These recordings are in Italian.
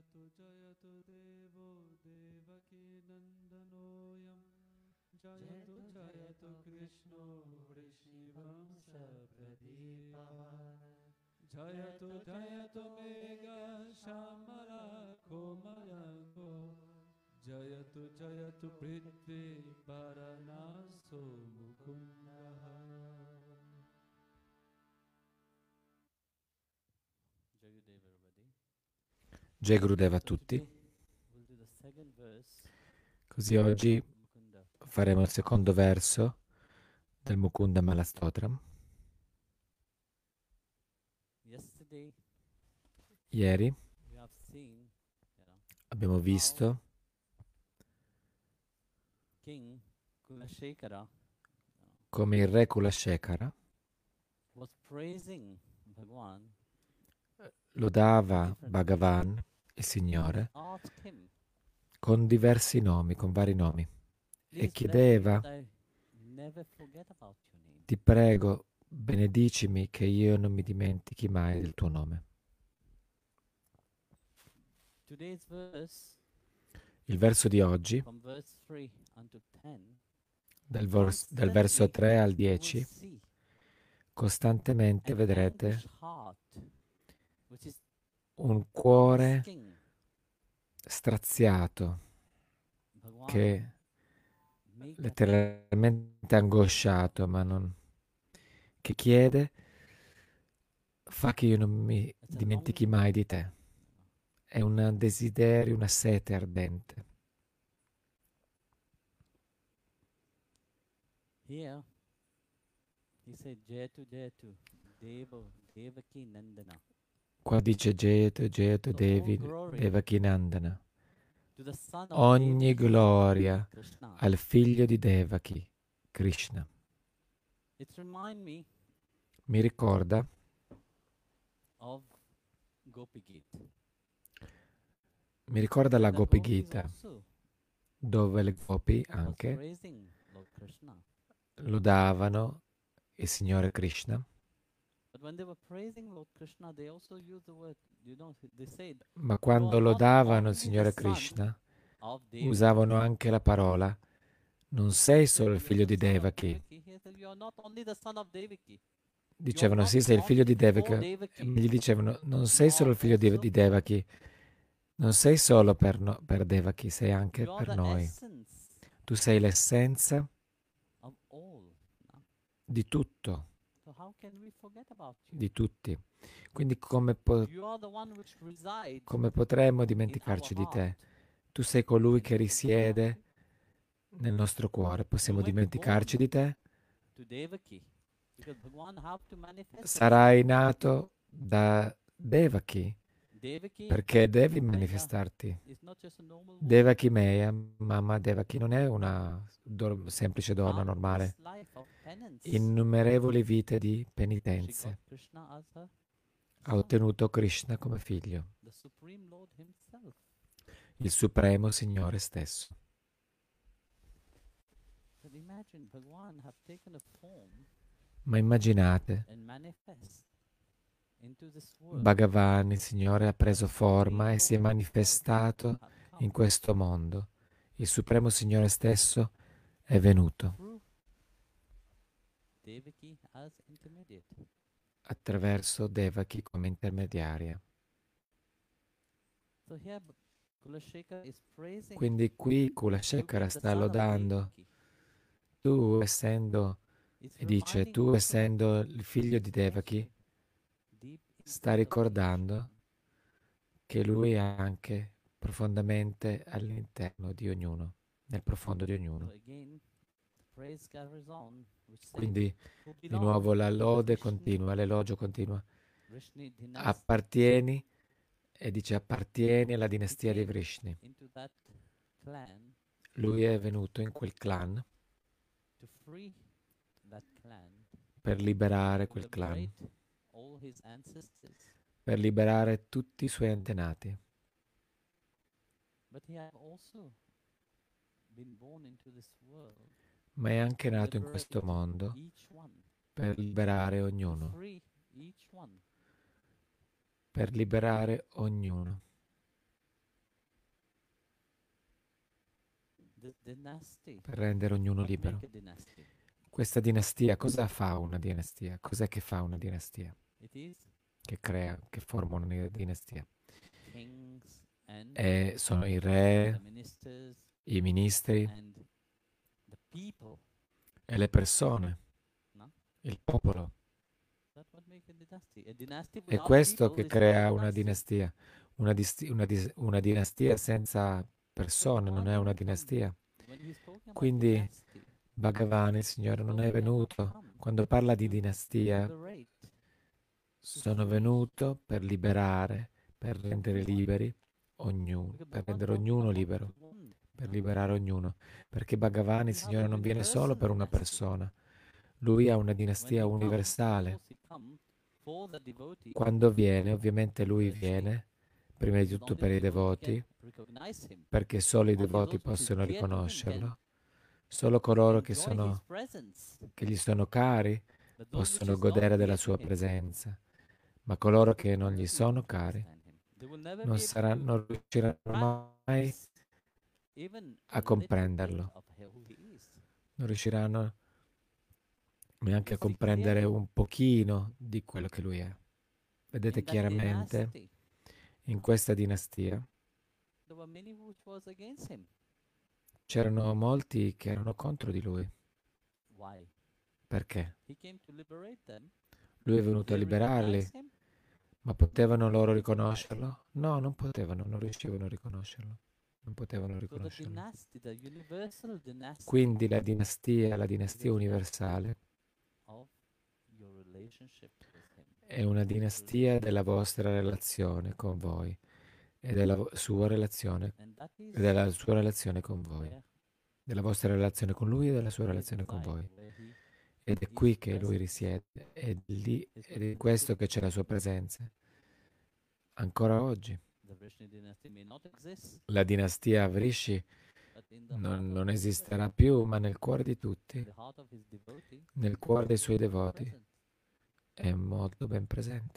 Jai Gurudeva a tutti. Così oggi faremo il secondo verso del Mukunda Malastotram. Ieri abbiamo visto come il re Kulashekara lodava Bhagavan, il Signore, con diversi nomi, con vari nomi, e chiedeva: ti prego, benedicimi che io non mi dimentichi mai del tuo nome. Il verso di oggi, dal verso 3 al 10, costantemente vedrete un cuore straziato che letteralmente angosciato, ma non, che chiede: fa che io non mi dimentichi mai di te. È un desiderio, una sete ardente. Qua dice Jetu, Jetu, Devi, Devaki Nandana. Ogni gloria al figlio di Devaki, Krishna. Mi ricorda la Gopi Gita, dove le Gopi anche lodavano il Signore Krishna, ma quando lodavano il Signore Krishna usavano anche la parola: non sei solo il figlio di Devaki. Dicevano: sì, sei il figlio di Devaki. E gli dicevano: non sei solo il figlio di Devaki, non sei solo per Devaki, sei anche per noi. Tu sei l'essenza di tutto, di tutti. Quindi come potremmo dimenticarci di te? Tu sei colui che risiede nel nostro cuore. Possiamo dimenticarci di te? Sarai nato da Devaki, perché devi manifestarti. Devaki Meya, mamma Devaki, non è una semplice donna normale. Innumerevoli vite di penitenze ha ottenuto Krishna come figlio, il Supremo Signore stesso. Ma immaginate, Bhagavan, il Signore, ha preso forma e si è manifestato in questo mondo. Il Supremo Signore stesso è venuto attraverso Devaki come intermediaria. Quindi qui Kulashekara sta lodando, tu essendo il figlio di Devaki, sta ricordando che lui è anche profondamente all'interno di ognuno, nel profondo di ognuno. Quindi di nuovo la lode continua, l'elogio continua. Appartieni, e dice appartieni alla dinastia di Vrishni. Lui è venuto in quel clan per liberare quel clan, per liberare tutti i suoi antenati. Ma è anche nato in questo mondo per liberare ognuno. Per liberare ognuno. per rendere ognuno libero. Questa dinastia, cosa fa una dinastia? Cos'è che fa una dinastia? Che crea, che forma una dinastia? E sono i re, i ministri e le persone, il popolo. È questo che crea una dinastia. Una dinastia senza persone non è una dinastia. Quindi Bhagavan, il Signore, non è venuto. Quando parla di dinastia, sono venuto per liberare, per rendere liberi ognuno, per rendere ognuno libero, per liberare ognuno. Perché Bhagavan, il Signore, non viene solo per una persona. Lui ha una dinastia universale. Quando viene, ovviamente lui viene, prima di tutto per i devoti, perché solo i devoti possono riconoscerlo. Solo coloro che gli sono cari possono godere della sua presenza, ma coloro che non gli sono cari non riusciranno mai a comprenderlo, non riusciranno neanche a comprendere un pochino di quello che lui è. Vedete chiaramente in questa dinastia c'erano molti che erano contro di lui. Perché? Lui è venuto a liberarli, ma potevano loro riconoscerlo? No, non potevano, non riuscivano a riconoscerlo. Non potevano riconoscerlo. Quindi la dinastia universale, è una dinastia della vostra relazione con voi e della sua relazione con voi, della vostra relazione con lui e della sua relazione con voi. Ed è qui che lui risiede, ed è questo che c'è la sua presenza. Ancora oggi. La dinastia Vrishi non esisterà più, ma nel cuore di tutti, nel cuore dei suoi devoti, è molto ben presente.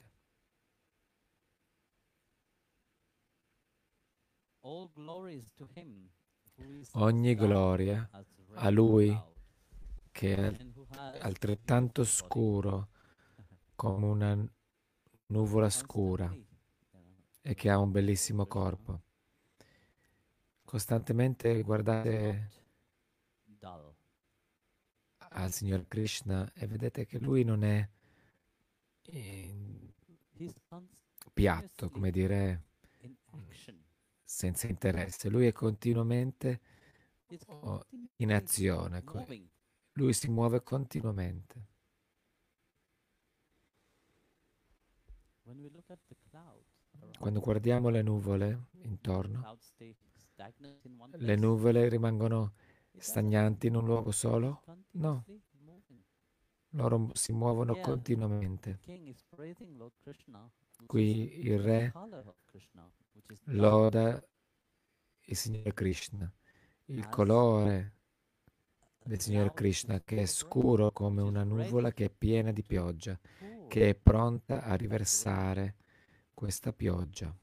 Ogni gloria a lui che è altrettanto scuro come una nuvola scura e che ha un bellissimo corpo. Costantemente guardate al Signor Krishna e vedete che lui non è piatto, come dire, senza interesse. Lui è continuamente in azione. Lui si muove continuamente. Quando guardiamo le nuvole intorno, le nuvole rimangono stagnanti in un luogo solo? No, loro si muovono continuamente. Qui il re loda il Signore Krishna, il colore del Signore Krishna che è scuro come una nuvola che è piena di pioggia, che è pronta a riversare questa pioggia.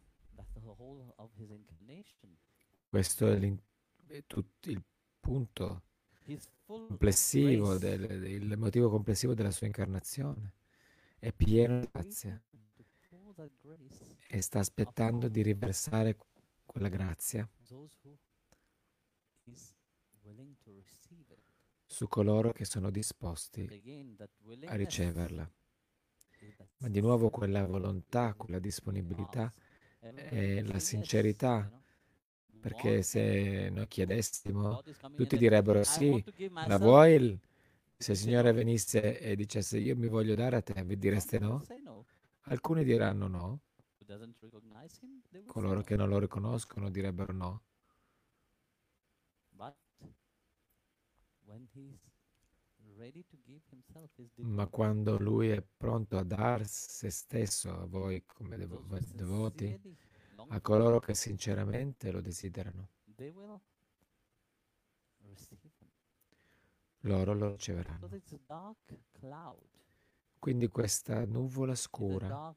Questo è il punto complessivo, il motivo complessivo della sua incarnazione. È pieno di grazia e sta aspettando di riversare quella grazia su coloro che sono disposti a riceverla. Ma di nuovo quella volontà, quella disponibilità e la sincerità, perché se noi chiedessimo, tutti direbbero sì, la vuoi? Se il Signore venisse e dicesse io mi voglio dare a te, vi direste no? Alcuni diranno no, coloro che non lo riconoscono direbbero no. Ma quando lui è pronto a dar se stesso a voi come devoti, a coloro che sinceramente lo desiderano, loro lo riceveranno. Quindi questa nuvola scura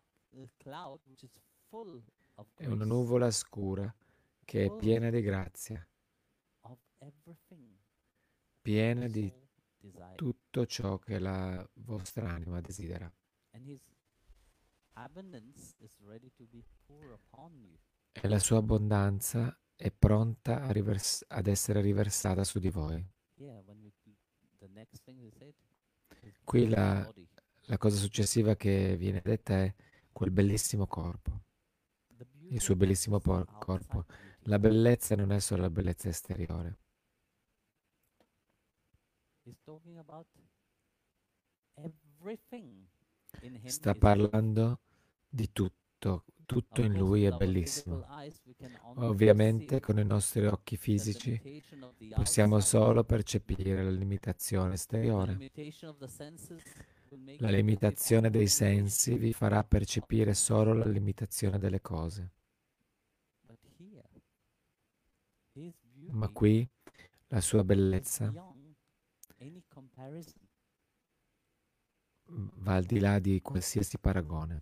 è una nuvola scura che è piena di grazia, piena di tutto ciò che la vostra anima desidera. E la sua abbondanza è pronta ad essere riversata su di voi. Qui la cosa successiva che viene detta è quel bellissimo corpo, il suo bellissimo corpo. La bellezza non è solo la bellezza esteriore. Sta parlando di tutto, tutto in lui è bellissimo. Ovviamente con i nostri occhi fisici possiamo solo percepire la limitazione esteriore. La limitazione dei sensi vi farà percepire solo la limitazione delle cose. Ma qui la sua bellezza va al di là di qualsiasi paragone.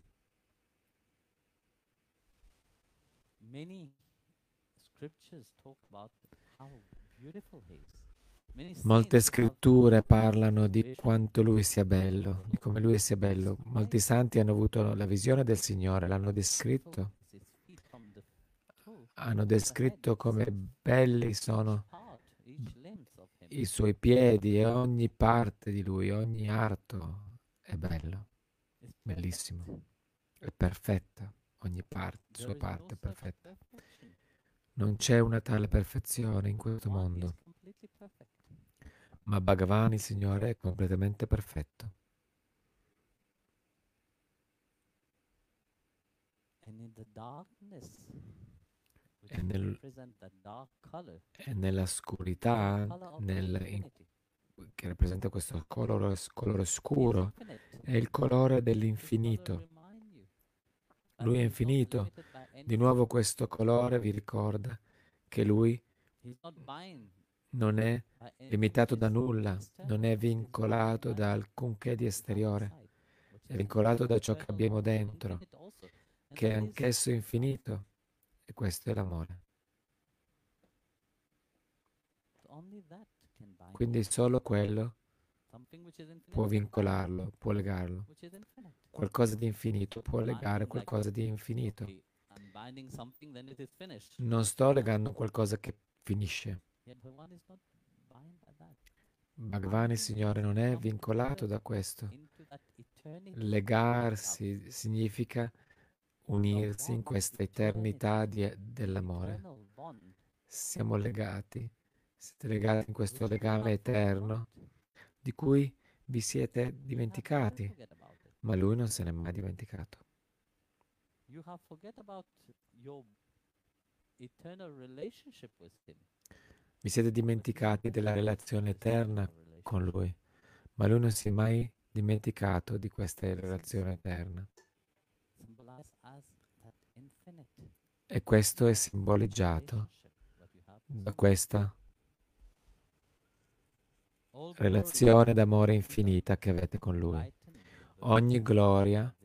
Molte scritture parlano di quanto lui sia bello, di come lui sia bello. Molti santi hanno avuto la visione del Signore, l'hanno descritto come belli sono i suoi piedi e ogni parte di lui, ogni arto è bello, bellissimo, è perfetta, ogni parte, sua parte è perfetta. Non c'è una tale perfezione in questo mondo, ma Bhagavan, il Signore, è completamente perfetto. E nella oscurità, che rappresenta questo colore scuro, è il colore dell'infinito. Lui è infinito. Di nuovo questo colore vi ricorda che lui non è limitato da nulla, non è vincolato da alcunché di esteriore, è vincolato da ciò che abbiamo dentro, che è anch'esso infinito, e questo è l'amore. Quindi solo quello può vincolarlo, può legarlo. Qualcosa di infinito può legare qualcosa di infinito. Non sto legando qualcosa che finisce. Bhagavan, il Signore, non è vincolato da questo. Legarsi significa unirsi in questa eternità dell'amore. Siamo legati, siete legati in questo legame eterno di cui vi siete dimenticati, ma lui non se n'è mai dimenticato. Vi siete dimenticati della relazione eterna con lui, ma lui non si è mai dimenticato di questa relazione eterna. E questo è simboleggiato da questa relazione d'amore infinita che avete con lui. Ogni gloria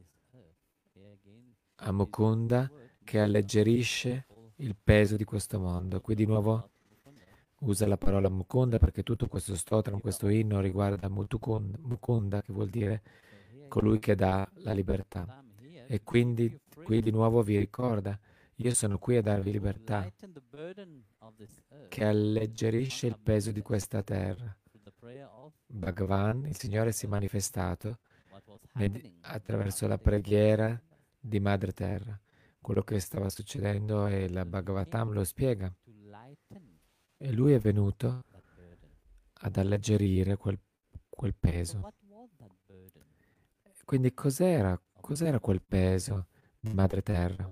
a Mukunda che alleggerisce il peso di questo mondo. Qui di nuovo usa la parola Mukunda perché tutto questo stotram, questo inno riguarda Mukunda, che vuol dire colui che dà la libertà. E quindi qui di nuovo vi ricorda, io sono qui a darvi libertà, che alleggerisce il peso di questa terra. Bhagavan, il Signore, si è manifestato attraverso la preghiera di Madre Terra. Quello che stava succedendo e la Bhagavatam lo spiega. E lui è venuto ad alleggerire quel peso. Quindi cos'era quel peso di Madre Terra?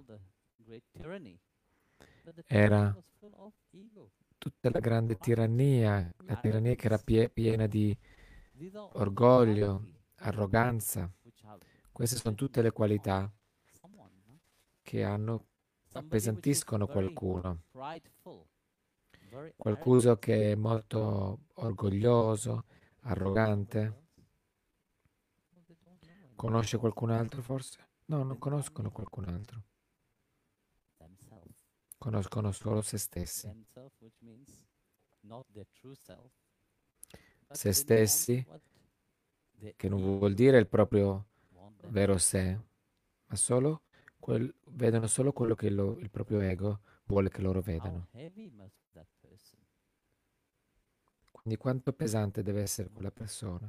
Era tutta la grande tirannia, la tirannia che era piena di orgoglio, arroganza. Queste sono tutte le qualità che appesantiscono qualcuno. Qualcuno che è molto orgoglioso, arrogante. Conosce qualcun altro forse? No, non conoscono qualcun altro. Conoscono solo se stessi. se stessi, che non vuol dire il proprio vero sé, ma solo vedono solo quello che il proprio ego vuole che loro vedano. Quindi quanto pesante deve essere quella persona?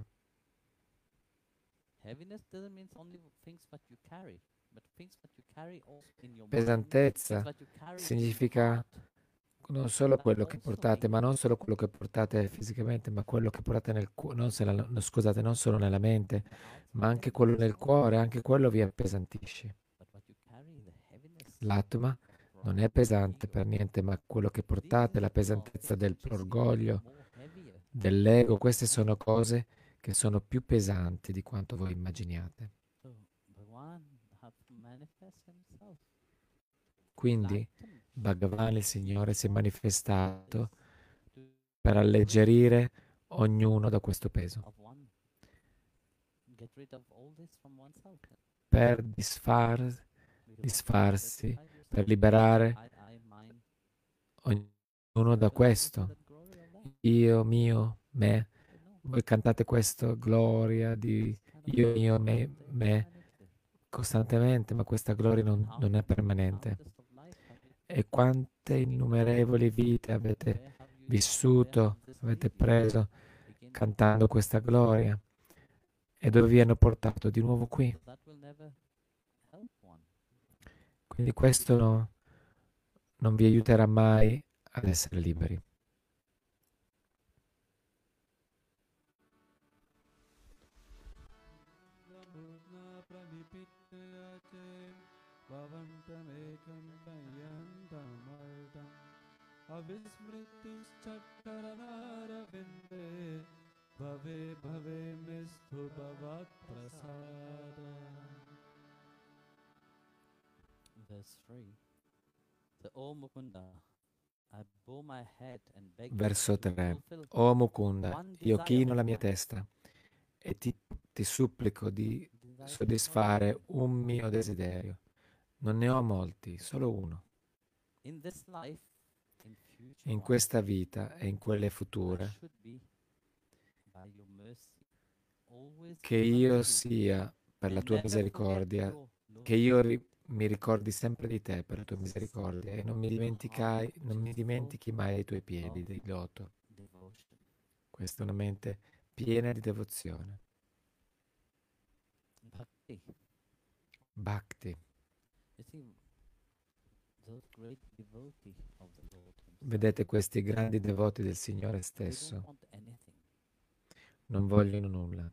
Pesantezza significa non solo quello che portate, ma non solo quello che portate fisicamente, ma quello che portate nel cuore, non, no, scusate, non solo nella mente, ma anche quello nel cuore, anche quello vi appesantisce. L'atma non è pesante per niente, ma quello che portate, la pesantezza dell'orgoglio, dell'ego, queste sono cose che sono più pesanti di quanto voi immaginiate. Quindi Bhagavan, il Signore, si è manifestato per alleggerire ognuno da questo peso, per disfarsi, per liberare ognuno da questo. Io, mio, me. Voi cantate questo, gloria di io, mio, me, costantemente, ma questa gloria non è permanente. E quante innumerevoli vite avete vissuto, avete preso cantando questa gloria? E dove vi hanno portato? Di nuovo qui. Quindi questo non vi aiuterà mai ad essere liberi. Verso 3. O Mukunda, io chino la mia testa e ti supplico di soddisfare un mio desiderio. Non ne ho molti, solo uno. In questa vita e in quelle future, che io sia, per la tua misericordia, che io mi ricordi sempre di te per la tua misericordia e non mi dimentichi mai dei tuoi piedi, dei loto. Questa è una mente piena di devozione. Bhakti. Vedete questi grandi devoti del Signore stesso non vogliono nulla.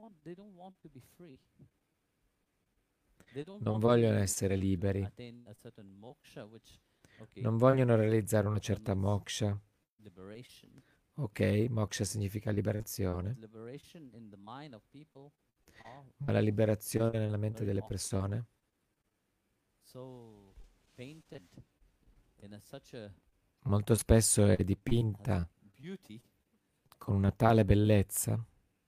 Non vogliono essere liberi. Non vogliono realizzare una certa moksha. Ok, moksha significa liberazione. Ma la liberazione nella mente delle persone molto spesso è dipinta con una tale bellezza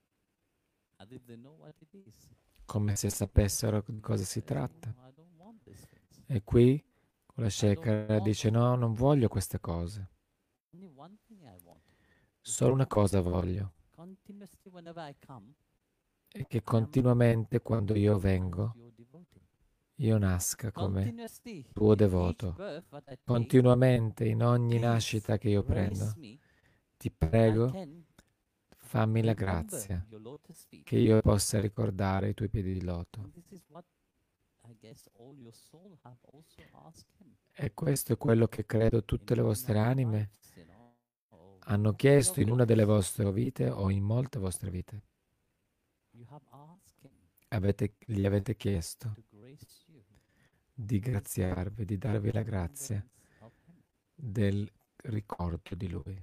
come se sapessero di cosa si tratta. E qui la Shekara dice no, non voglio queste cose. Solo una cosa voglio. E che continuamente quando io vengo, io nasca come tuo devoto. Continuamente in ogni nascita che io prendo, ti prego, fammi la grazia che io possa ricordare i tuoi piedi di loto. E questo è quello che credo tutte le vostre anime hanno chiesto in una delle vostre vite o in molte vostre vite. Gli avete chiesto di graziarvi, di darvi la grazia del ricordo di Lui.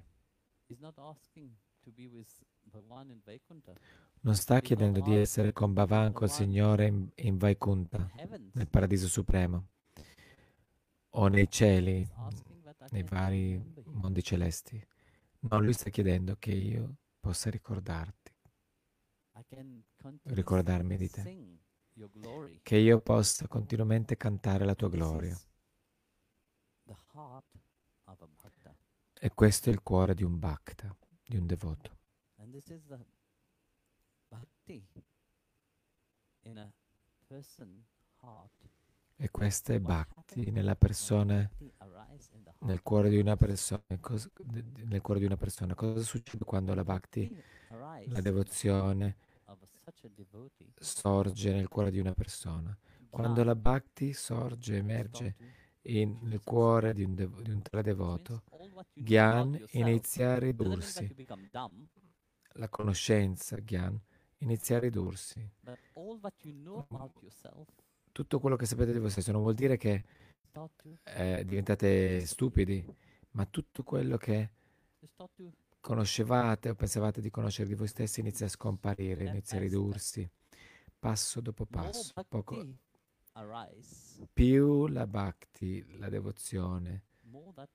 Non sta chiedendo di essere con Bhavan, col Signore in Vaikunta, nel Paradiso Supremo, o nei cieli, nei vari mondi celesti. No, Lui sta chiedendo che io possa ricordarmi di te, che io possa continuamente cantare la tua gloria. E questo è il cuore di un bhakta, di un devoto. And this is the bhakti in a person heart. E questo è What bhakti happens nella when persona, bhakti arises in the nel heart cuore of di a una person? persona. Nel cuore di una persona. Cosa succede quando la bhakti, Bhakti la arises in the heart devozione, of such a devotee. sorge nel cuore di una persona? Quando la Gyan bhakti sorge, will start emerge to nel reduce inside cuore of you. di un tale Which means devoto, all what you know about Gyan yourself inizia a doesn't mean that ridursi. you become dumb, La conoscenza, Gyan, inizia a ridursi. but all what you know about yourself Tutto quello che sapete di voi stesso non vuol dire che start to diventate stupidi, ma tutto quello che start to conoscevate o pensavate di conoscere di voi stessi inizia a scomparire, step inizia a by step. ridursi, passo dopo More passo. bhakti arise, Più la bhakti, la devozione, more that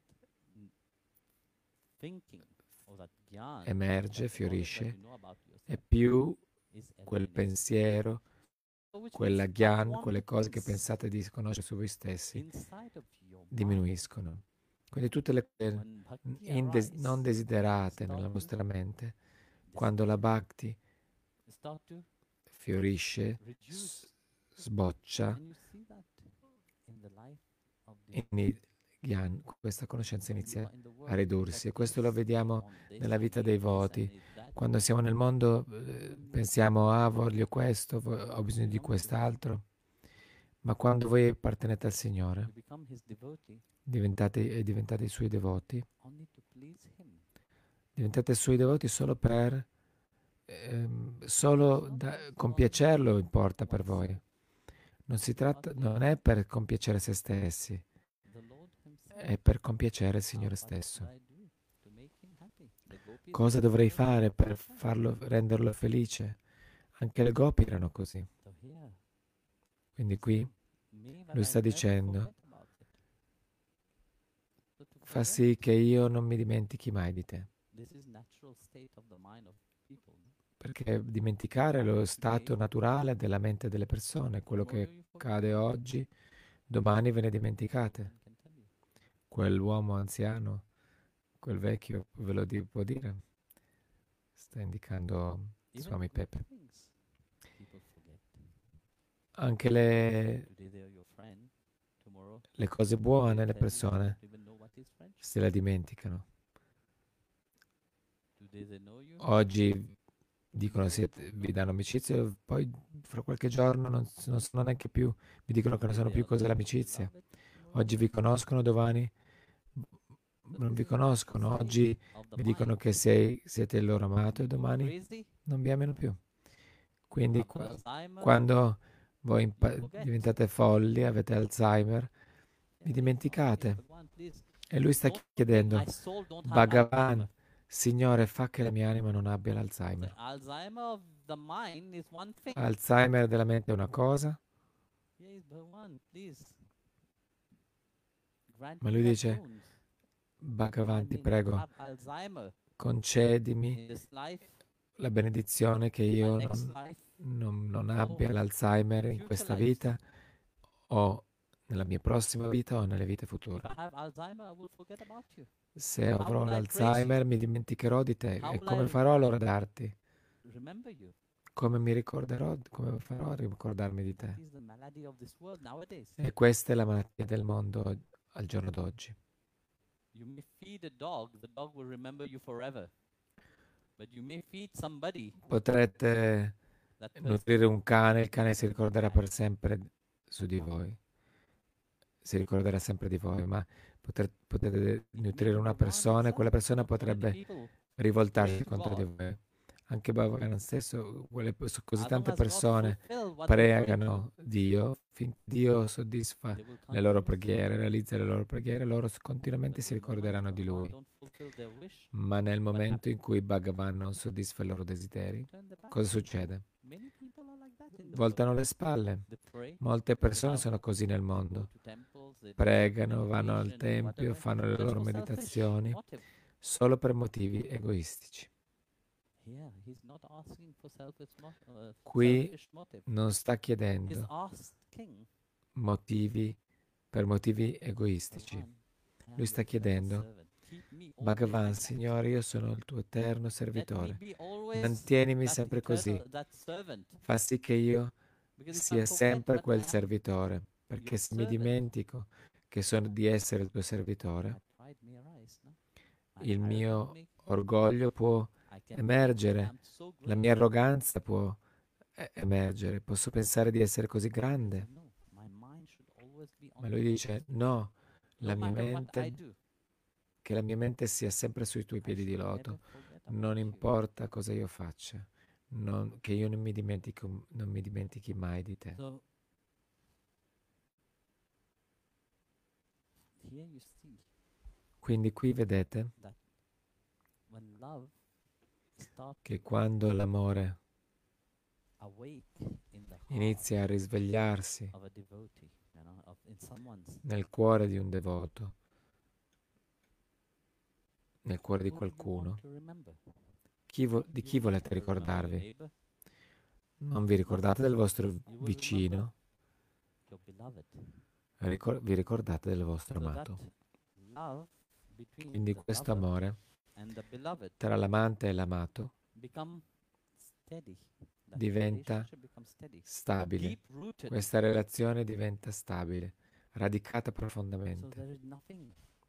thinking or that gyan, emerge, that knowledge that fiorisce, you know about e yourself più is quel eliminated. pensiero, So which means quella what gyan, one quelle cose che thinks pensate di conoscere su voi stessi, inside of your mind, diminuiscono. Quindi tutte le cose when bhakti non arise, desiderate nella start to vostra mente, quando la disappear, bhakti start to fiorisce, reduce. sboccia, And you see that in the life of the questa conoscenza when you inizia are in the a world, ridursi. E like questo lo this, vediamo on this, nella I vita dei need this, I voti. need that. Quando siamo nel mondo pensiamo, ah, voglio questo, ho bisogno di quest'altro. Ma quando voi appartenete al Signore, You become his devotee diventate i suoi devoti, only to please him. diventate suoi devoti solo per, compiacerlo importa per voi. Non è per compiacere se stessi, The Lord himself. è per compiacere il Signore What should stesso. I do to make him happy? The gopis Cosa were dovrei devotee fare of per Krishna. renderlo felice? Anche le gopi erano così. So here, Quindi qui me, but lui I sta never dicendo, forget about it. So to fa forget, sì che io non mi dimentichi mai di te. this is natural state of the mind of people. Perché dimenticare è lo stato naturale della mente delle persone. Quello Tomorrow che you forget. accade oggi, domani ve ne dimenticate. One can tell you. Quell'uomo anziano, quel vecchio, può dire. Sta indicando Even Swami good Pepe. things, people forget. Anche le Today they are your friend. Tomorrow cose they buone le tell you they persone don't even know what is friendship. se la dimenticano. Today they know you. Oggi dicono vi danno amicizia, e poi fra qualche giorno non sono neanche più, vi dicono che non Today sanno they più are cos'è your l'amicizia. beloved. Tomorrow Oggi vi conoscono, domani non vi conoscono. Oggi of the vi dicono mind. che siete il loro amato e You go domani crazy. non vi amano più. Quindi After Alzheimer, quando voi you forget. diventate folli, avete Alzheimer, vi Yeah, please, dimenticate. Bhagavan, please. E lui sta Don't make chiedendo, my soul don't have Bhagavan, Alzheimer. Signore, fa che la mia anima non abbia The l'Alzheimer. Alzheimer of the mind is one thing. Alzheimer della mente è una cosa, Yes, Bhagavan, please. Grant ma me lui that dice, boons. Bhagavan, I ti may not prego, have Alzheimer concedimi in this life, la benedizione che in my io next life, non or abbia l'Alzheimer in future questa lives. vita o nella mia prossima vita o nelle vite If future. I have Alzheimer, I will forget about you. Se How avrò will I praise l'Alzheimer you? mi dimenticherò di te. How E will come I farò allora a darti? remember you? Come farò a ricordarmi di That te? is the malady of this world nowadays. E questa è la malattia del mondo al giorno d'oggi. You may feed a dog, the dog will remember you forever. But you may feed somebody, Potrete that nutrire person un cane, il cane si will ricorderà die. per sempre su di voi. Si ricorderà sempre di voi, ma potete It may nutrire be una Bhagavan persona e quella himself. persona So many potrebbe people rivoltarsi pray to contro di God. voi. Anche Bhagavan stesso, così As long tante as God persone fulfill what they pray to, pregano Dio, finché Dio soddisfa they will le loro continuously preghiere, realizza le loro preghiere, loro But continuamente si when the moment ricorderanno di Bhagavan Lui. don't fulfill their wish, Ma nel what momento in happens? cui Bhagavan non soddisfa i loro They desideri, turn their back. cosa succede? Many people are like that in the world. Voltano le spalle. They pray, Molte they persone bow, sono così nel they go mondo. to temples, they do Pregano, vanno al meditation and tempio, whatever, fanno le just loro for selfish meditazioni motive. solo per motivi egoistici. Yeah, he's not asking for Qui selfish motive. non sta He's chiedendo asking per motivi egoistici. Bhagavan, I am Lui sta your fellow chiedendo, servant. Bhagavan, Signore, io sono il tuo eterno Let me servitore. be always Mantienimi that sempre così. eternal, that servant. Fa sì che io Because if I sia forget sempre that I quel am servitore, your perché se mi servant, dimentico che sono di essere il tuo my servitore, pride may arise, no? My il arrogance mio may come. orgoglio può I can think emergere, I'm so la great. mia arroganza può emergere, posso pensare di essere così He said, grande, no, my mind should always be ma on lui you. dice no, la No mia matter what I mente, do, che la mia mente sia sempre sui tuoi I piedi di should never loto, forget non about you. importa cosa io faccia, che io non mi dimentichi mai di te. So here you see Quindi qui vedete that when love starts che quando l'amore awake in the heart inizia a risvegliarsi of a devotee, in someone's, nel cuore di un devoto, nel cuore di who do you want qualcuno, to remember? di You chi will volete never remember your ricordarvi? neighbor. Non vi ricordate del vostro You will remember vicino, your beloved. vi ricordate del vostro So that amato. love between Quindi the questo lover amore and the beloved tra l'amante e l'amato become steady. That diventa relationship becomes steady, stabile. deep rooted. Questa relazione diventa stabile, radicata So profondamente. there is nothing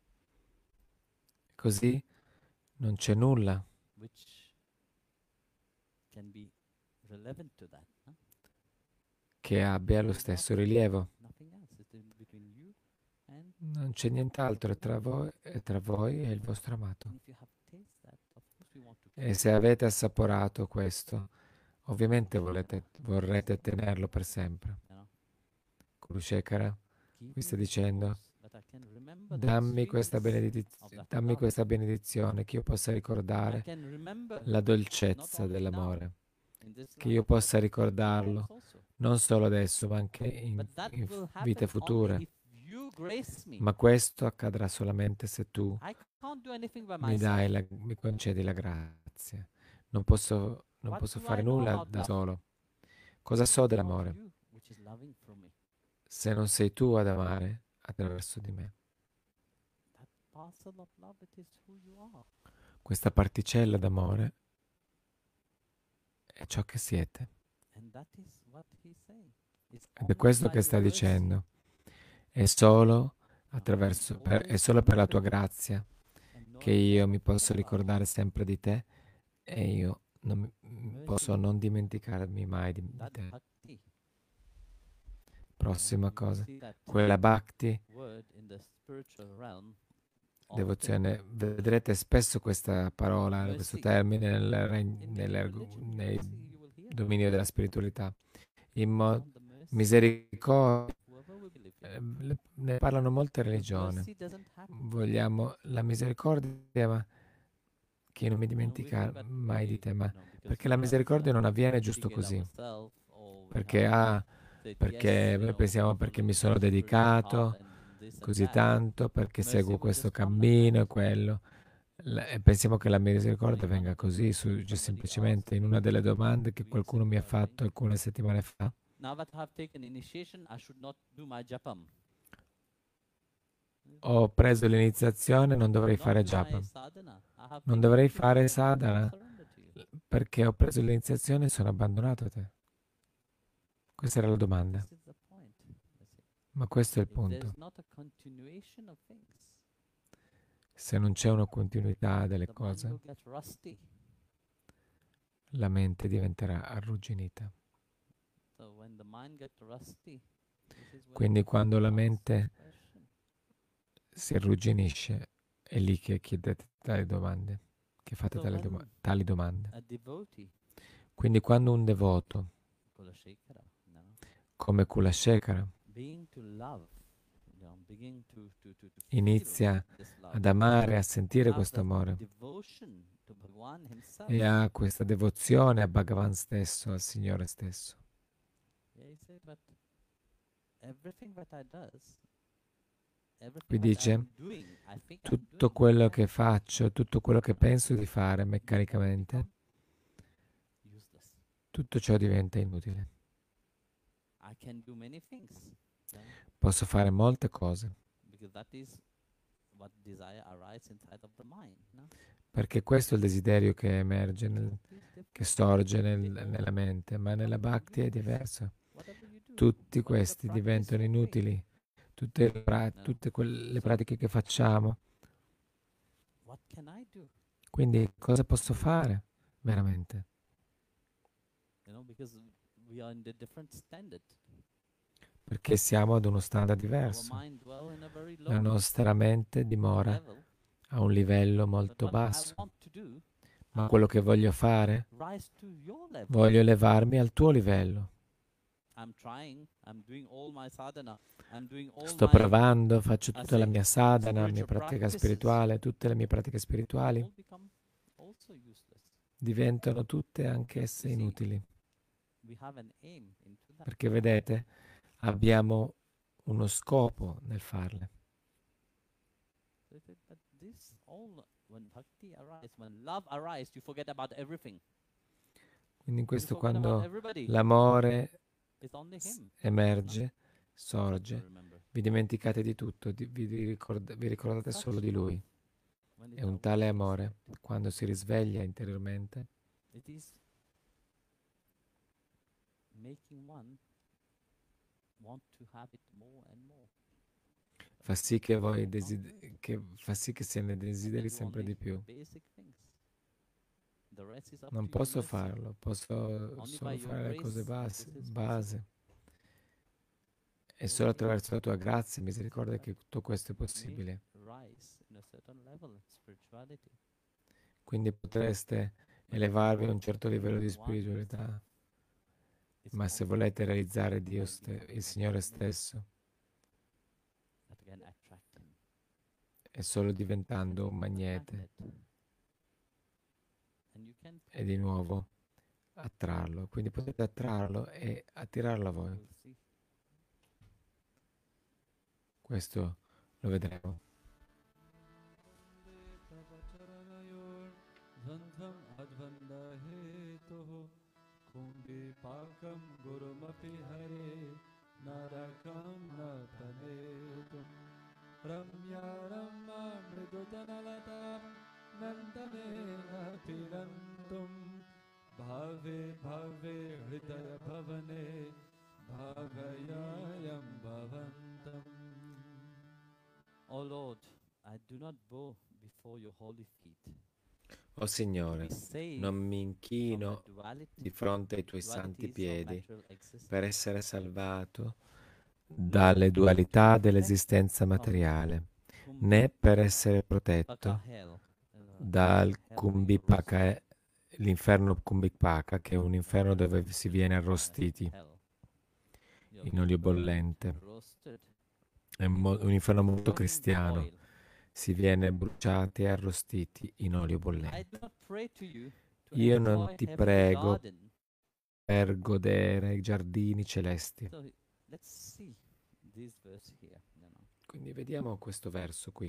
Così non c'è nulla which can be relevant to that. Huh? che abbia lo There is stesso rilievo. nothing else. It's between you and Non c'è nient'altro tra voi e il vostro amato. if you have tasted that, of course we want to E keep se avete assaporato questo, ovviamente vorrete tenerlo per sempre. Kurushekara Give qui me sta this dicendo, force that I can remember the dammi questa, sweetness of that dammi love. questa benedizione, che io possa I ricordare can remember la not dolcezza only now dell'amore, in this che life, io but possa in future lives ricordarlo also. non solo adesso, ma anche But that in will vite happen only future. if you grace me. Ma questo accadrà solamente se tu I can't do anything by myself. mi concedi la grazia. Non What posso do fare I know nulla about da love? solo. Cosa so It's not dell'amore? you which is loving through me. Se non sei tu ad amare attraverso di me. That parcel of love, it is who you are. Questa particella d'amore è ciò che siete. And that is what he's saying. It's Ed è only questo by che sta your mercy. dicendo. È solo è solo per la tua grazia che io mi posso ricordare sempre di te e io posso non dimenticarmi mai di That te. bhakti. Prossima You will cosa, see that quella bhakti, word in the spiritual realm often devozione. Vedrete spesso questa parola, questo mercy. termine In any religion, nei mercy, you will hear dominio della spiritualità. we want the mercy Misericordia, of whoever we believe in. ne parlano molte Because religioni. mercy doesn't happen. Vogliamo la misericordia, ma che non mi dimentica mai di te, ma perché la misericordia non avviene giusto così. Perché noi pensiamo perché mi sono dedicato così tanto, perché seguo questo cammino e quello. E pensiamo che la misericordia venga così, semplicemente in una delle domande che qualcuno mi ha fatto alcune settimane fa. Now that I have taken initiation, I should not do my japam. Ho preso l'iniziazione, non dovrei fare japa. Non dovrei fare sadhana perché ho preso l'iniziazione e sono abbandonato a te. Questa era la domanda. Ma questo è il punto. Se non c'è una continuità delle cose, la mente diventerà arrugginita. Quindi quando la mente si arrugginisce, è lì che chiedete tali domande, che fate tali domande. Quindi quando un devoto, come Kulashekara, inizia ad amare, a sentire questo amore e ha questa devozione a Bhagavan stesso, al Signore stesso. Qui dice, tutto quello che faccio, tutto quello che penso di fare meccanicamente, tutto ciò diventa inutile. Posso fare molte cose, what desire arises inside of the mind, no? Perché questo è il desiderio che emerge, Bhakti is che different. sorge They all nella mente, ma nella become Bhakti è useless. diverso. Whatever you do, Tutti whatever questi practice diventano you're doing, inutili, no? tutte quelle So pratiche che facciamo. what can I do? Quindi cosa posso fare veramente? Because we are in the different standard. Perché siamo ad uno standard Our diverso. mind dwell in a very La low nostra mente dimora level. a un livello But molto what I basso. want to do, Ma I quello want che to voglio fare, rise to your level. voglio elevarmi al tuo livello. I'm trying. I'm doing all my sadhana. I'm doing all Sto my, provando, faccio I tutta la say, mia sadhana, la mia spiritual pratica practices. spirituale, tutte le mie pratiche They spirituali all become also useless. diventano tutte anch'esse You see, inutili. we have an aim into that. Perché vedete, abbiamo uno scopo nel farle. But this all, when bhakti arises, when love arises, you forget about everything. Quindi in You questo forget about quando everybody. l'amore It's only him. emerge, To sorge, remember. vi dimenticate di tutto, vi ricordate solo di Lui. When È it un tale awakens, amore, quando si risveglia interiormente, it is making one want to have it more and more. fa sì che voi Can't do it. fa sì che se ne I can desideri do sempre only di più. basic things. The rest is up Non to your posso mercy. farlo, posso Only solo by your fare le cose grace this is possible. base. E solo attraverso la tua grazia e misericordia che tutto questo è possibile. Rise in a certain level, spirituality. Quindi potreste But elevarvi a un want certo livello di one spiritualità, is ma se only volete realizzare Dio, by becoming il Signore one stesso, that can attract him. è solo diventando un The magnete magnet. And you can e di nuovo attrarlo. Quindi potete attrarlo e attirarlo a voi. we'll see. Questo lo vedremo. Dhandham advanda heto kumbi pakam gurumapi hare narakam nathanetum ramya rama mridudanaladam nandanena pirantum bhave bhave hridaya bhavane bhavayayam bhavantam. Oh Lord, I do not bow before your holy feet. O To Signore, be saved non mi from inchino the duality, di fronte ai tuoi santi dualities of piedi natural existence. per essere salvato dalle dualità dell'esistenza materiale, né per essere protetto Paka hell, dal hell being Kumbhipaka, l'inferno Kumbhipaka, che è un inferno dove si viene arrostiti hell. You're in olio burned, bollente. roasted, È un inferno molto burning cristiano. oil. Si viene bruciati e arrostiti in olio I bollente. do not pray to you to Io non enjoy ti heavenly prego garden. per godere i giardini celesti. So let's see this verse here. Quindi vediamo questo verso qui.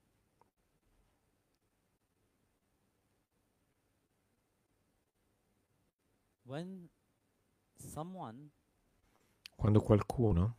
When someone Quando qualcuno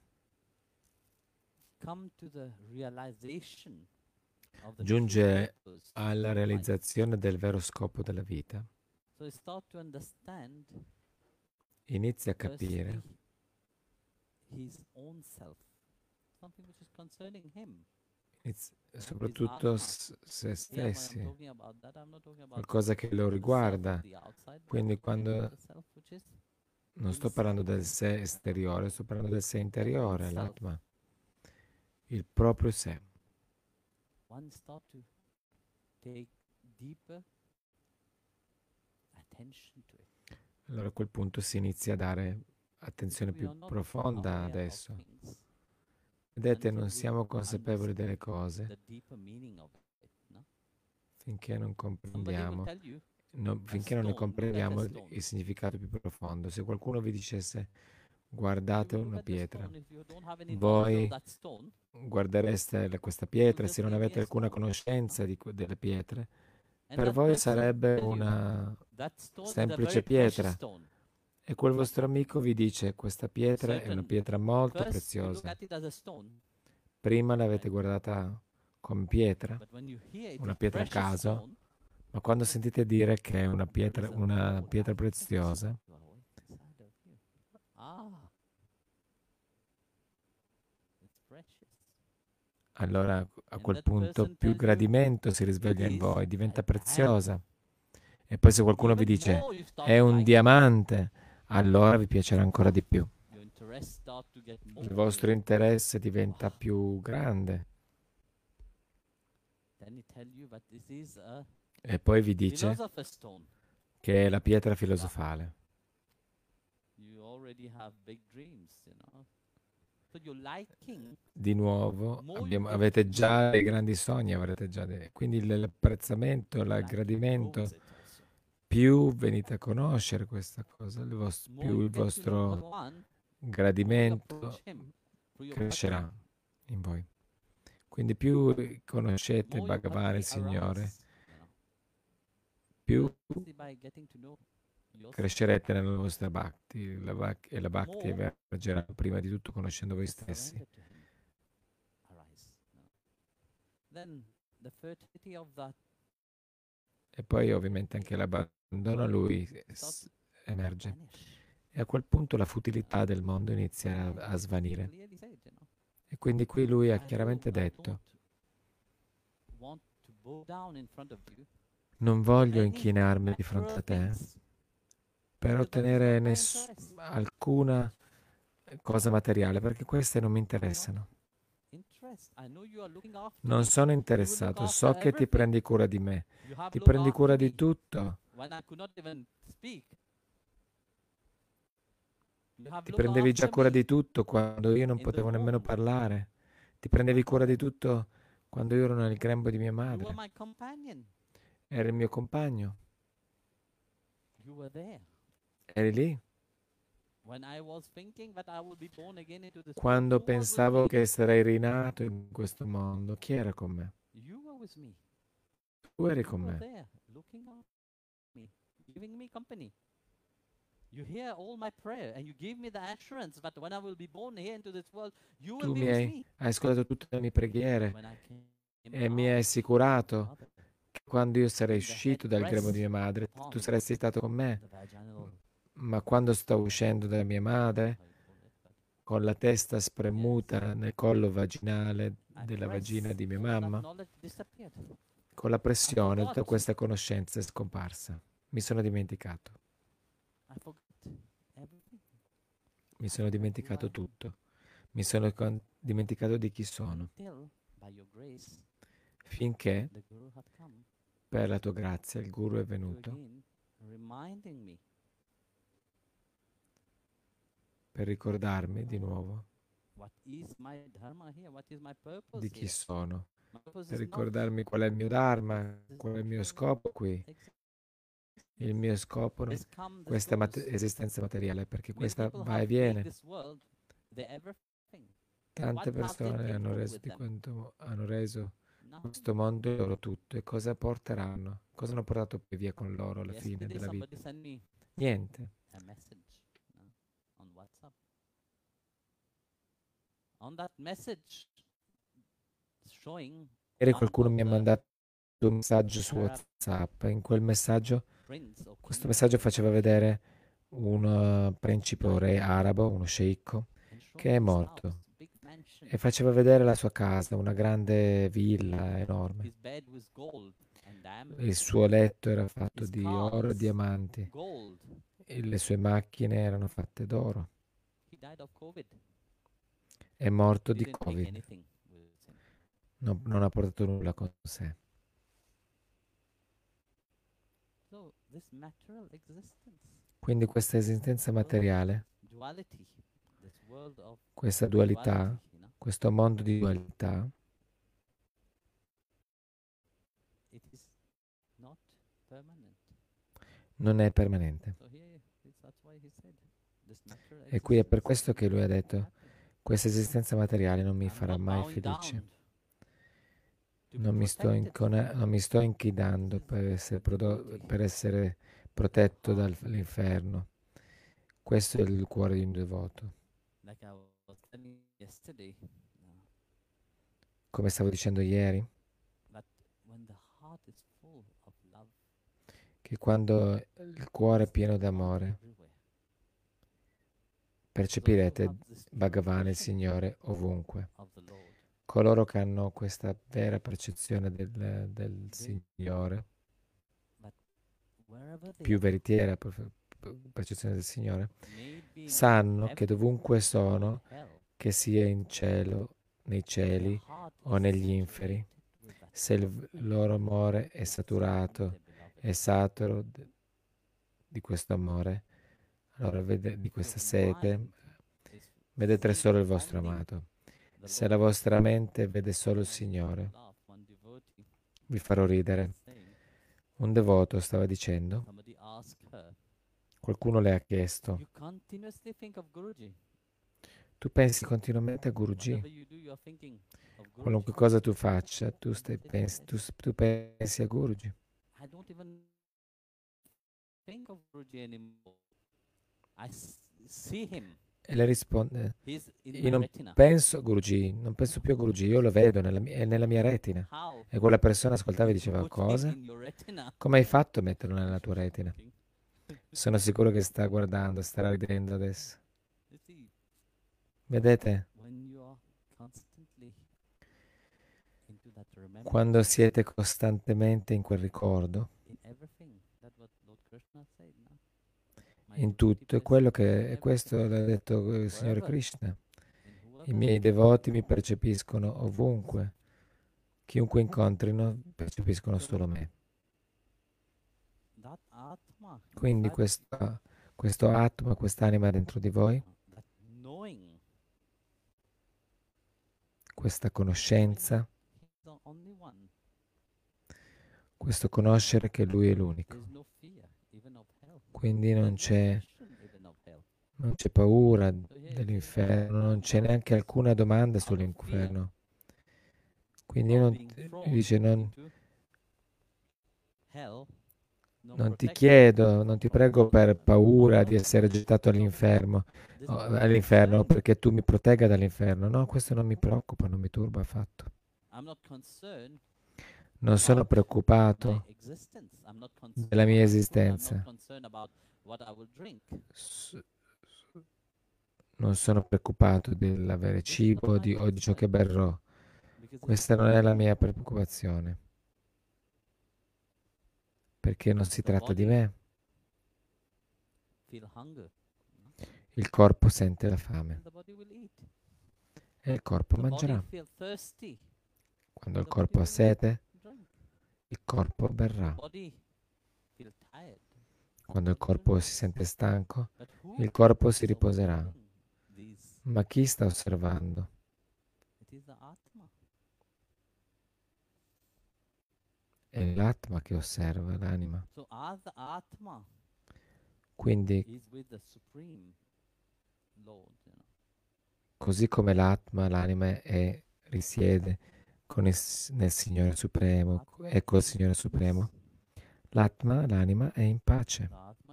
come to the realization of the true giunge purpose alla of life, realizzazione del vero scopo della vita, so he start to understand inizia a firstly capire his own self, something which is concerning him. soprattutto se Here when I'm stessi, talking about that, I'm not talking about qualcosa che lo the self riguarda. of the outside, but Quindi I'm talking about quando the self which is non sto parlando del sé esteriore, sto parlando del sé interiore, self. l'atma, il proprio sé. One start to take deeper attention to it. Allora a quel punto si inizia a dare attenzione We are più not profonda aware of adesso. things Vedete, until non we siamo consapevoli delle understand cose the deeper meaning of it. No? finché non Somebody will comprendiamo, tell you finché non ne stone, look at comprendiamo a il stone. significato più profondo. Se qualcuno vi dicesse you guardate will look una at the pietra, stone. If you don't have any knowledge of voi that stone, guardereste questa it will pietra, just se non be avete mere alcuna stone. conoscenza delle pietre, And per that voi person will sarebbe tell you una that stone is a semplice very precious pietra. stone. E quel vostro amico vi dice questa pietra è una Certain. pietra molto First, you look preziosa. at it as a stone, Prima l'avete guardata come pietra, But when you hear it's una a pietra a precious caso, stone, ma quando sentite dire che è una there is pietra, a una whole pietra aspect preziosa, you are always inside of you. Ah, it's precious. allora a And quel that punto person più tell you gradimento si it risveglia in is voi, a diventa diamond. preziosa. E poi se qualcuno vi Even dice more you start è to un like it. diamante, allora vi piacerà ancora di più. Your interest start to get more Il vostro real. interesse diventa più grande. Then he tell you that this is a E poi vi dice philosopher's stone. che è la pietra filosofale. You already have big dreams, you know. So you're liking Di nuovo more you get avete to già know, dei grandi sogni, avrete già quindi l'apprezzamento, you like to grow l'aggradimento, with it also. più venite a conoscere questa cosa, More più you il get to know vostro Bhagavan, more you gradimento approach him through your bhakti. crescerà in voi. Quindi più conoscete More your Bhagavan, il bhakti Signore, arise, you know. più Simply by getting to know yourself. crescerete nella vostra bhakti, e la bhakti More emergerà prima di tutto conoscendo voi the stessi. surrender to him arise. You know. Then the fertility of that E poi ovviamente anche l'abbandono a lui starts to emerge. vanish. E a quel punto la futilità del mondo inizia a svanire. Clearly said, you know. E quindi qui lui ha I chiaramente don't detto: want to bow down in front of you non for voglio any inchinarmi di fronte material a te things, per because that is ottenere not my interest. alcuna cosa materiale, perché queste non mi I'm not interessano. interest. I know you are looking after Non me. sono You will look interessato, so after che ti everything. prendi cura di me. You have Ti looked prendi cura after di me tutto. when I could not even speak. You have Ti looked prendevi già after cura me di tutto quando io non in the potevo nemmeno womb parlare. Ti of prendevi my cura di mother. tutto quando io ero nel grembo di mia You were madre. my companion. Eri il mio compagno. You were there Eri lì. when I was thinking that I would be born again into this world. Quando Who was with pensavo me? che sarei rinato in questo mondo, chi era con me? You were with me. Tu eri You con were me. there, looking after me, giving me company. You hear all my prayer, and you give me the assurance that when I will be born here into this world, you will Tu be mi with hai me. ascoltato tutte le mie preghiere When I came e mi out hai of assicurato mother, che quando io sarei when the head uscito dal grembo di rests mia madre, tu upon saresti stato con me. the vaginal, Ma quando sto uscendo da mia madre, how you call it, but con la testa yes, spremuta nel collo vaginale I della vagina press, di mia all that mamma, knowledge disappeared. con la I pressione tutta forgot. questa conoscenza è scomparsa. Mi sono dimenticato. I forgot everything. Mi sono dimenticato tutto. Mi sono dimenticato di chi sono. Until, by your grace, Finché, the Guru had come per la tua grazia, il Guru è to venuto again reminding me per ricordarmi di nuovo what is my dharma here, what is my purpose di chi here. sono, My purpose per is not ricordarmi qual è il mio dharma, this qual è il mio material scopo qui. existence. Il mio scopo non This come, this questa goes. esistenza materiale, perché Many questa people va e have made viene. this world their everything. Tante What have they persone hanno taken reso, with them? hanno reso Nothing. questo mondo il loro tutto. E cosa porteranno? Cosa hanno portato poi via con loro alla fine Yesterday della somebody vita? sent me Niente. a message, on WhatsApp. On that message showing Ieri one qualcuno of mi ha the mandato un messaggio su Arab WhatsApp. In quel messaggio, prince or questo king messaggio faceva vedere un principe o re arabo, uno sceicco, and che showing è his morto. house, big mansion. E faceva vedere la sua casa, una grande villa enorme. His bed was gold and Il diamonds. suo letto era fatto His di oro e cars, diamanti. gold. E le sue macchine erano fatte d'oro. He died of COVID. È morto He di didn't take Covid. anything with him. Non ha portato nulla con sé. So this material existence, Quindi questa esistenza materiale, duality, this world of questa dualità, duality, questo mondo di dualità, it is not permanent. non è permanente. So here, that's why he said, this material E qui è per existence questo che lui ha is not detto, happy. questa esistenza materiale non mi I'm farà not mai bowing felice. down to be Non mi sto, protected. non mi sto inchidando per essere, per essere protetto dall'inferno. Questo è il cuore di un devoto. Like I was telling yesterday, Come stavo dicendo ieri, che quando il cuore è pieno d'amore, percepirete Bhagavan, il Signore, ovunque. Coloro che hanno questa vera percezione del Signore, più veritiera percezione del Signore, sanno che dovunque sono, che sia in cielo, nei cieli o negli inferi, se il loro amore è saturato, è saturo di questo amore, allora di questa sete, vedete solo il vostro amato. Se la vostra mente vede solo il Signore, vi farò ridere. Un devoto stava dicendo, qualcuno le ha chiesto, tu pensi continuamente a Guruji, qualunque cosa tu faccia, tu pensi a Guruji. E le risponde, io non penso a Guruji, non penso più a Guruji, io lo vedo, è nella mia retina. E quella persona ascoltava e diceva, cosa? Come hai fatto a metterlo nella tua retina? Sono sicuro che sta guardando, starà ridendo adesso. Vedete? Quando siete costantemente in quel ricordo, in tutto, è questo l'ha detto il Signore Krishna. I miei devoti mi percepiscono ovunque. Chiunque incontrino, percepiscono solo me. Quindi questo Atma, quest'anima dentro di voi, questa conoscenza, questo conoscere che Lui è l'unico. Quindi non c'è paura dell'inferno, non c'è neanche alcuna domanda sull'inferno. Quindi non ti chiedo, non ti prego per paura di essere gettato all'inferno, perché tu mi protegga dall'inferno. No, questo non mi preoccupa, non mi turba affatto. Non sono preoccupato della mia esistenza. Non sono preoccupato dell'avere cibo o di ciò che berrò. Questa non è la mia preoccupazione. Perché non si tratta di me. Il corpo sente la fame e il corpo mangerà. Quando il corpo ha sete, il corpo berrà. Quando il corpo si sente stanco, il corpo si riposerà. Ma chi sta osservando? È l'Atma che osserva l'anima. Quindi, così come l'Atma, l'anima risiede nel Signore Supremo e col Signore Supremo, l'Atma, l'anima, è in pace.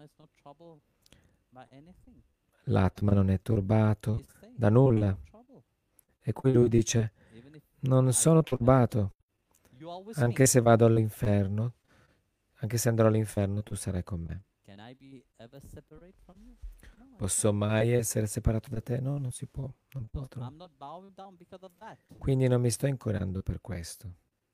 L'Atma non è turbato da nulla. E qui lui dice, non sono turbato, anche se vado all'inferno, anche se andrò all'inferno, tu sarai con me. Posso mai essere separato da te? No, non si può, non potrò. Quindi non mi sto incoraggiando per questo.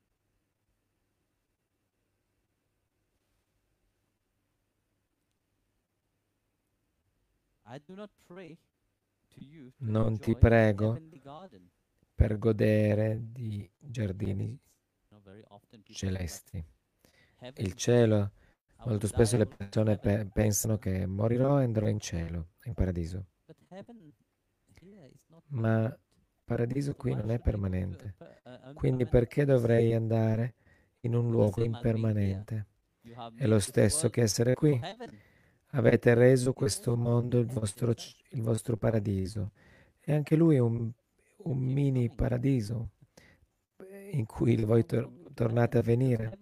Non ti prego per godere di giardini celesti. Il cielo, molto spesso le persone pensano che morirò e andrò in cielo, in paradiso. Ma il paradiso qui non è permanente. Quindi perché dovrei andare in un luogo impermanente? È lo stesso che essere qui. Avete reso questo mondo il vostro paradiso. E anche lui è un mini paradiso in cui voi tornate a venire.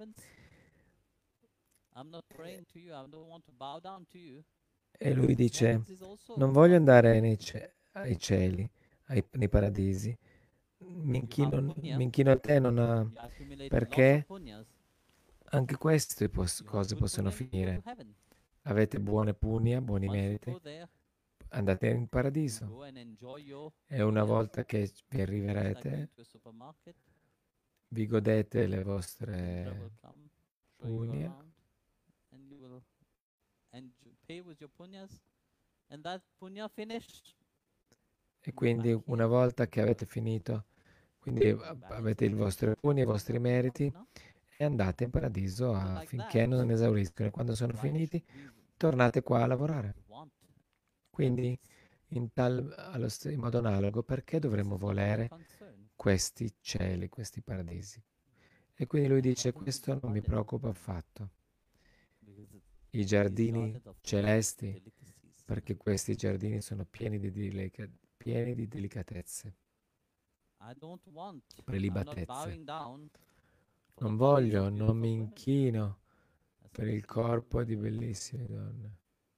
E lui dice, non voglio andare ai cieli, nei paradisi. Mi inchino a te, perché Anche queste You have cose good possono punya, you go to finire. heaven. Avete buone punia, buoni Once you meriti, go there, andate in you paradiso. go and enjoy your E una punyas. volta che vi Just like going arriverete, to a supermarket, vi godete le Indra vostre will come, show you punie around, and you will pay with your punyas. And that punya finished, e you go quindi back una here. volta che avete finito, quindi avete i vostri Nothing meriti no? e andate in paradiso So like affinché that, non esauriscono. E quando sono why finiti, should we tornate qua a lavorare. want Quindi, heavens? in modo analogo, perché This dovremmo is not our volere concern. questi cieli, questi paradisi? E quindi lui dice, Heavens is questo non mi garden preoccupa affatto. because I it is giardini garden of celesti, delicacies. perché questi giardini sono pieni di, pieni di delicatezze, I don't want, I'm not prelibatezze. bowing down for Non the bodies voglio, of non beautiful mi women. inchino That's per what il the scripture corpo di says. bellissime donne.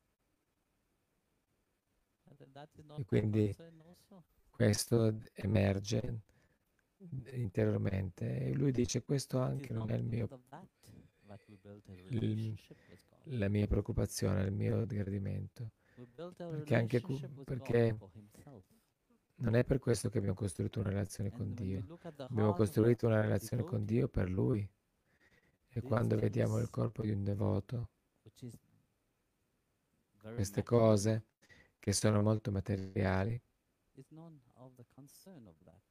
That is not E my quindi concern also. questo emerge interiormente. E lui dice, questo It is anche non not è il because of that we build a il- relationship with God. la mia preoccupazione, il mio gradimento. We built a Perché anche relationship with God perché for Himself. non è per questo che abbiamo costruito una relazione con And when we Dio. look at the Abbiamo heart of a costruito una relazione con devotee, Dio per Lui. E these quando vediamo il things, corpo di un devoto, which is very queste material, cose che sono molto materiali, is none of the concern of that.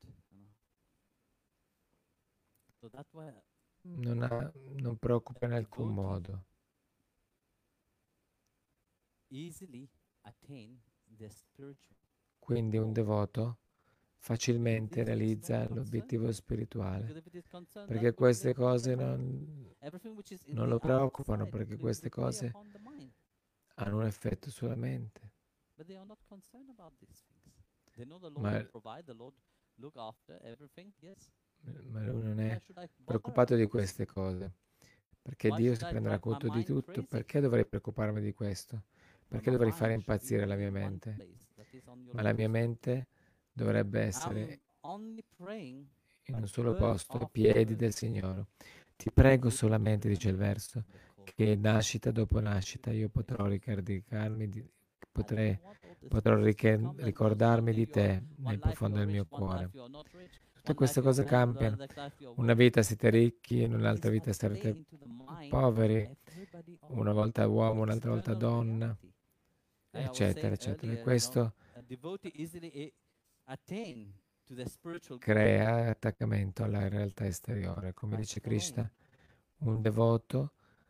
So that's why non preoccupa in alcun devotee modo. easily attain their spiritual Quindi un goal. devoto facilmente These things realizza don't concern l'obiettivo him. spirituale, Because if it is concerned, perché that goes queste away from cose the mind. Everything which is in non the lo preoccupano, outside perché will queste play cose upon the mind. hanno un effetto sulla mente. But they are not concerned about these things. They know the Lord Ma, will provide, the Lord look after everything. Yes. ma lui non Why è should I bother preoccupato about di this? queste cose, perché Why Dio should si I prenderà drive my conto di mind tutto. crazy? Perché dovrei preoccuparmi di questo? When Perché my dovrei fare mind should be impazzire la only mia in one mente? place, that is on your Ma la Lord's mia feet. mente dovrebbe I'm essere only praying in un that solo word posto, ai after piedi word del Signore. Ti prego would solamente, dice il remember verso, the core. che nascita dopo nascita io potrò potrò ricordarmi di te nel profondo del mio cuore. Tutte queste cose cambiano. Una vita siete ricchi, in un'altra vita sarete poveri, una volta uomo, un'altra volta donna, eccetera, eccetera. E questo crea attaccamento alla realtà esteriore. Come dice Krishna, un devoto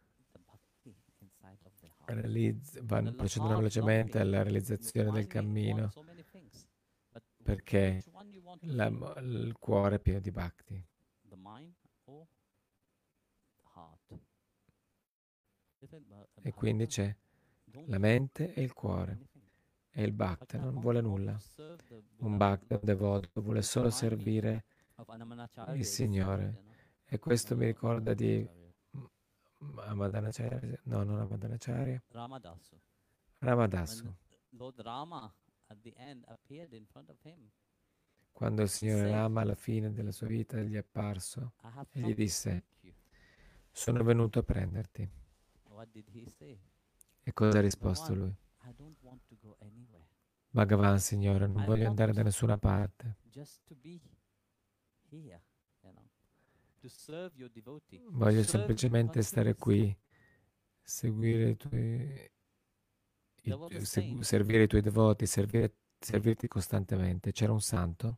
procedono velocemente alla realizzazione del cammino perché il cuore è pieno di bhakti. E quindi c'è la mente e il cuore. E il bhakta non vuole nulla. Un bhakta, un devoto, vuole solo servire il Signore. E questo mi ricorda di Amadhanacharya, no, non Amadhanacharya, Ramadasu. Lord Rama at the end appeared in front of him. Quando il Signore Rama alla fine della sua vita gli è apparso e gli disse: sono venuto a prenderti. What did he say? E cosa ha risposto lui? I don't want to go anywhere. Bhagavan, Signore, non I voglio want andare da nessuna parte. Just to be here, to serve your devotee. Voglio Serve semplicemente stare qui, continuously. seguire servire i tuoi devoti, servirti costantemente. C'era un santo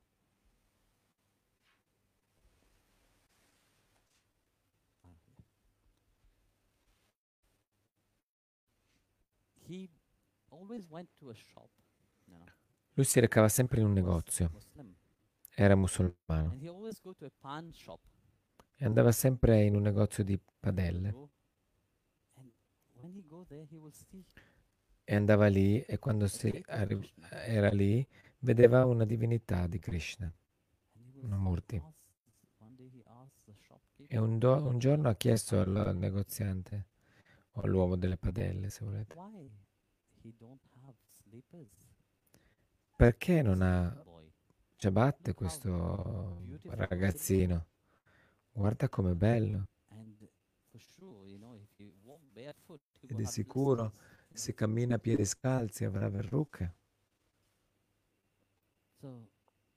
He always went to a shop, lui si recava sempre in un was negozio, Muslim, era musulmano and he always go to a pan shop. e andava sempre in un negozio di padelle Go, and when he go there, he will see. e andava lì e quando era lì vedeva una divinità di Krishna, una Murti. One day he asked the shopkeeper, E un giorno ha chiesto al negoziante o all'uomo delle padelle, se volete, why he don't have slippers? perché non ha Boy, ciabatte questo ragazzino? Guarda com'è bello. and for sure barefoot, he ed will è have sicuro, blisters. se cammina a piedi scalzi avrà verruche. So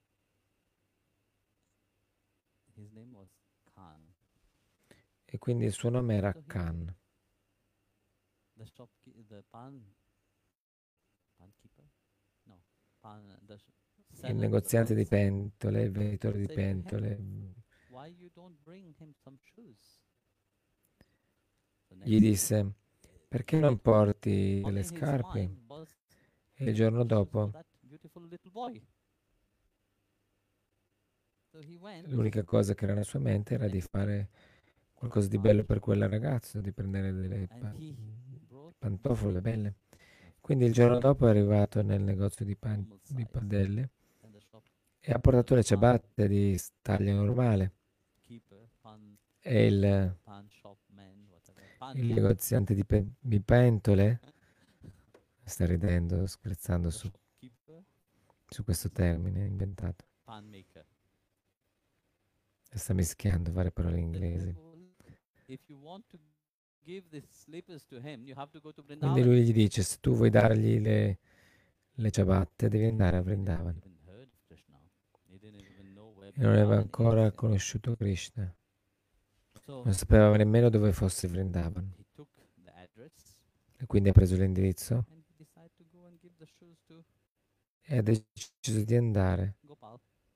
his name was Khan. E quindi il suo nome era So he, Khan. the pan keeper? No, the Il seller, the negoziante di pan seller, pentole, il venditore di said to him, pentole, why you don't bring him some shoes? The gli next day, disse, perché non porti all delle in his scarpe? mind was E il giorno the shoes for dopo that beautiful little boy. So he went l'unica cosa che era nella sua mente era di fare qualcosa di bello per quel ragazzo, di prendere delle and he brought pantofole belle. of Quindi il giorno dopo è arrivato nel negozio di normal size padelle and the e ha portato le pan ciabatte di taglio normale. keeper, pan E il shop man, whatever, pan il keeper, negoziante di pentole sta ridendo, scherzando su keeper, questo termine inventato. pan maker. E sta mischiando varie parole Said, inglesi. if you want to give these slippers to him, you have to go to Quindi Vrindavan. lui gli dice, se tu vuoi dargli le ciabatte, devi andare a He didn't Vrindavan. even heard of Krishna. He didn't even know where E non aveva Vrindavan ancora is. conosciuto Krishna. So Non sapeva nemmeno dove fosse Vrindavan. he took the address E quindi ha preso l'indirizzo and he decided to go and give the shoes to e ha deciso di andare. Gopal.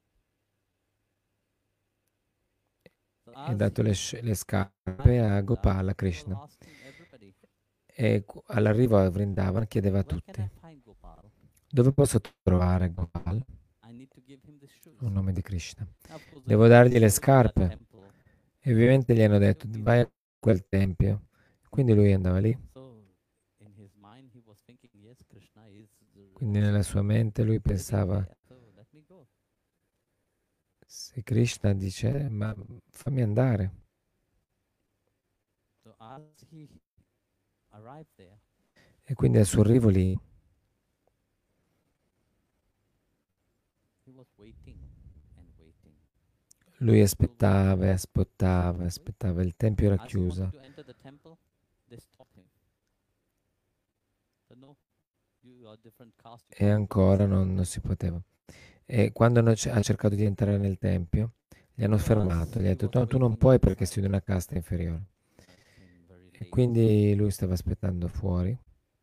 So E ha as dato he le scarpe a arrived, Gopala, people Krishna. asking everybody, E all'arrivo a Vrindavan chiedeva a where can I tutti, find Gopal? dove posso trovare Gopal? I need to give him these shoes. Un nome di Krishna. Of course, the Devo people dargli le go to that scarpe. temple. E ovviamente gli hanno detto, vai a quel tempio. Quindi lui andava lì. So in his mind he was thinking, yes, Krishna is Quindi nella sua mente lui living pensava, there, so let me go. se Krishna dice, ma fammi andare. So as he arrived there, E quindi al suo arrivo lì, he was waiting and waiting. lui aspettava e aspettava e aspettava. Il tempio era As he wanted chiuso. to enter the temple, they stopped him. So no, you are different caste. You E can't ancora enter. non si poteva. E quando ha cercato di entrare nel tempio, gli hanno So as fermato. Gli ha he detto, was no, tu non waiting puoi perché outside, sei di una casta inferiore. in very E late, quindi lui stava aspettando fuori.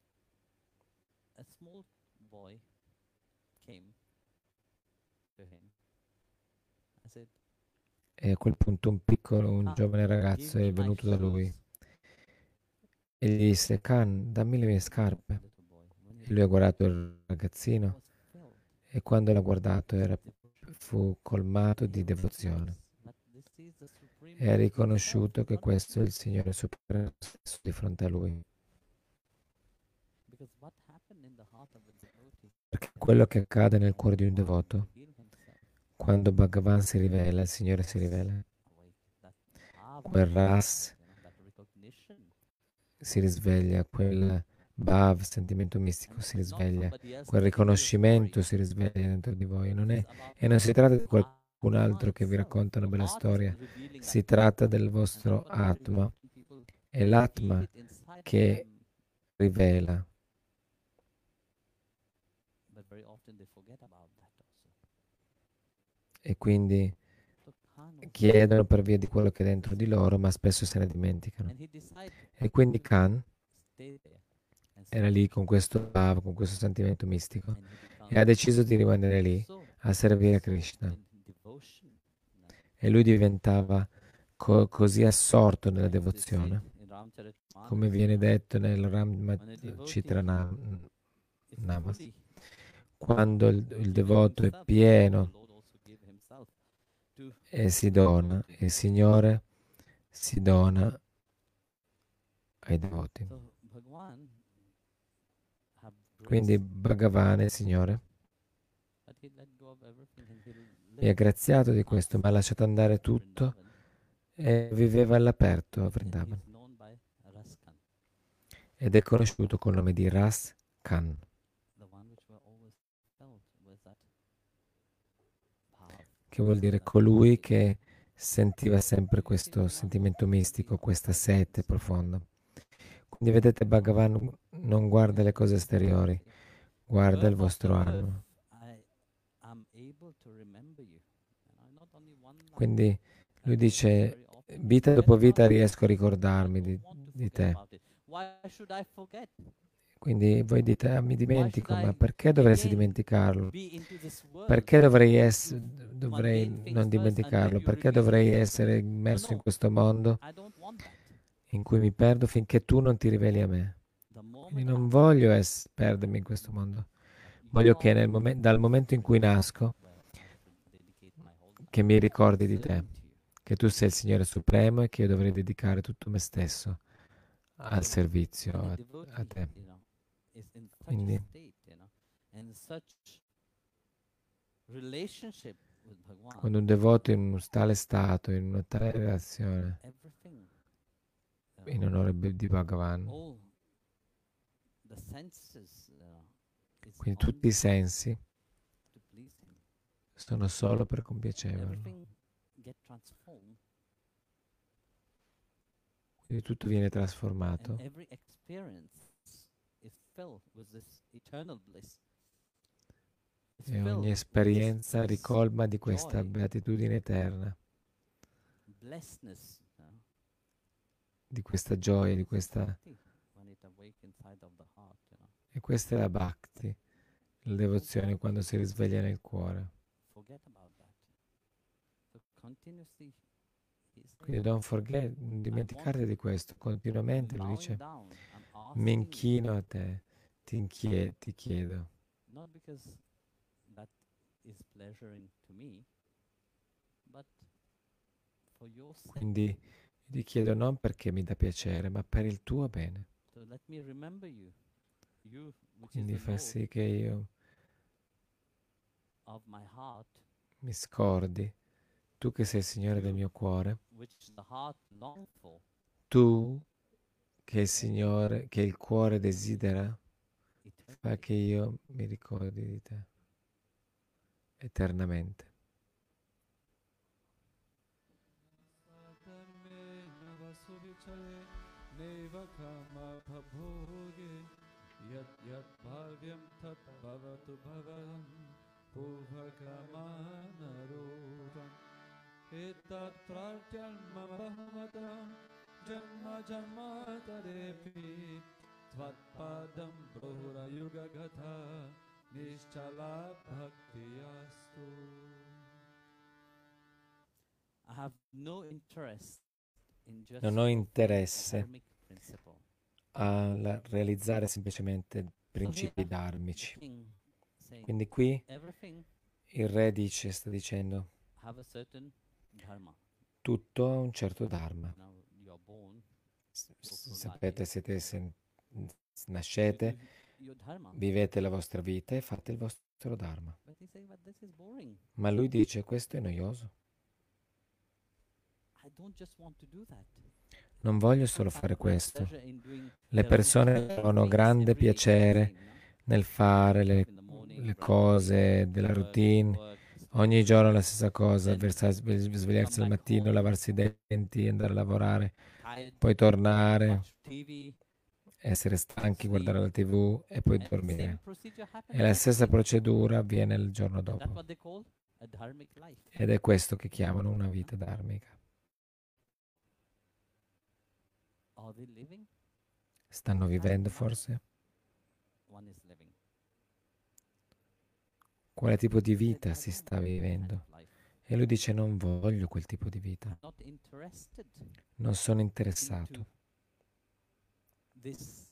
a small boy came to him. I said, E a quel punto un "Ah, giovane give ragazzo me è my venuto da lui shoes." e gli disse, Khan, dammi le mie The scarpe. little boy, when he E lui ha looked, guardato il he ragazzino was filled e quando l'ha guardato with era, devotion. fu colmato He di devozione recognized that this is the Supreme e ha Lord riconosciuto himself che in front of questo è me. il Signore Supremo stesso di fronte a lui. Because what happened in the heart of a devotee, Perché quello che accade nel when cuore di un Bhagavan devoto, reveals himself, quando Bhagavan si rivela, il Signore si rivela, awake, that bhava, quel ras that recognition, si risveglia, quel bhav, sentimento mistico, and si it's not risveglia, somebody else quel telling you a story. riconoscimento si risveglia dentro di voi. Non It's è, about e non si tratta di Atma qualcun altro che vi itself, racconta una your bella heart storia, revealing si that. tratta del And that's vostro what very Atma, often people è feel l'Atma it inside che them, rivela, but very often they forget about that also. e quindi So Khan was chiedono per via di quello che è dentro di loro, ma spesso se ne dimenticano. and he decided E quindi to Khan stay there and era serve lì con Krishna. questo bhav, con questo sentimento mistico, And he e ha becomes deciso di rimanere lì so a servire absorbed Krishna. in devotion. E lui diventava così assorto nella As they say devozione, in Ramcharitmanas, come viene detto nel when a Ram devotee Citra is Namas. fully Quando il giving devoto è himself, so the pieno Lord also gave himself to e si the dona, devotee. il Signore si dona ai devoti. So Bhagwan have Quindi graced, Bhagavan, il Signore, but he let go of everything and he mi ha lived graziato di questo, ma ha lasciato andare tutto Vrindavan, e viveva all'aperto a and he Vrindavan is known by Raskan, ed è conosciuto col nome di Ras Khan, the one which were always felt with that bhav, che vuol dire that colui devotee. che sentiva sempre You see, questo Bhagavan sentimento also mistico, revealed questa himself in sete this way. profonda. Quindi vedete, Bhagavan non guarda le cose esteriori, guarda il Birth vostro after birth, anima. I am able to remember you. Not only one life, Quindi lui very dice, often. vita Forget dopo about vita it. riesco a I ricordarmi don't want to di forget te. about it. Why should I forget? Quindi voi dite, ah, mi Why should dimentico, ma I perché dovresti again dimenticarlo? be into this world Perché dovrei, to dovrei mundane things non first and then dimenticarlo? you Perché release dovrei yourself? essere No, immerso in no, questo mondo I don't want that. in cui mi perdo finché tu non ti riveli a me? The moment Quindi I non have voglio perdermi in questo mondo. that you Voglio che are dal momento in cui nasco, where I should dedicate my whole life, che mi ricordi di te, serving to you. che tu sei il Signore Supremo e che io dovrei dedicare tutto me stesso al servizio When a a devotee, te. is in such a Quindi state, and in such relationship with Bhagwan, quando un devoto in un tale stato, in una tale relazione, everything, in onore di Bhagavan, all the senses, is quindi on tutti i sensi to please him. sono solo per compiacerlo. Everything get transformed, Quindi tutto viene and trasformato every experience is filled with this eternal bliss. It's e filled ogni with this esperienza ricolma di questa joy, beatitudine eterna, blessedness, di questa gioia, di this is questa... bhakti when it awakes inside of the heart. E questa è la bhakti, la devozione quando si risveglia nel cuore. Forget about that. So continuously he's Quindi saying, don't forget, non dimenticarti di questo. Continuamente lui bowing dice, down, I'm mi asking, inchino a te, ti chiedo. not because that is pleasuring to me, but for your sake. Quindi ti chiedo non perché mi dà piacere, ma per il tuo bene. So let me remember you, you which Quindi is the fa Lord sì che io of my heart, mi scordi, tu che sei il Signore del mio cuore, which the heart longs for, tu che il Signore, che il cuore desidera, fa eternally. che io mi ricordi di te eternamente. Neva kama bhoge yat yat bhavyam tat bhavatu bhavam puvakamanarudam etat pratyam mamahamatam janma janmatarepi tvat padam brohura yuga gatha nischala bhaktiyastu. I have no interest in just Non ho fulfilling a interesse dharmic principle. a realizzare semplicemente principi So here, dharmici. the king saying, Quindi qui everything il re sta dicendo, have a certain dharma. tutto ha un certo dharma. Now you are born, Sapete, you nascete, do your dharma. vivete la vostra vita e fate il vostro dharma. But he saying, but this is boring. Ma lui dice, questo è noioso. I don't just want to do that. Non voglio Some solo find fare great questo. pleasure in doing Le their persone routine trovano things grande every day, piacere same, nel fare Wake up in the morning, le brush cose teeth, della work, routine, work, ogni study, giorno la stessa cosa, then svegliarsi come al back mattino, home, lavarsi i denti, andare a lavorare, tired, poi tornare, watch TV, essere stanchi, guardare sleep, la TV e poi and same dormire. procedure happens E la next stessa day. procedura avviene il giorno And that's dopo. what they call a dharmic life. Ed è questo che chiamano una vita dharmica. Are they living? Stanno vivendo forse? One is living. Quale tipo di He said, vita I si don't sta want that kind vivendo? of life. E lui dice non voglio quel tipo di vita, Not interested non sono into interessato this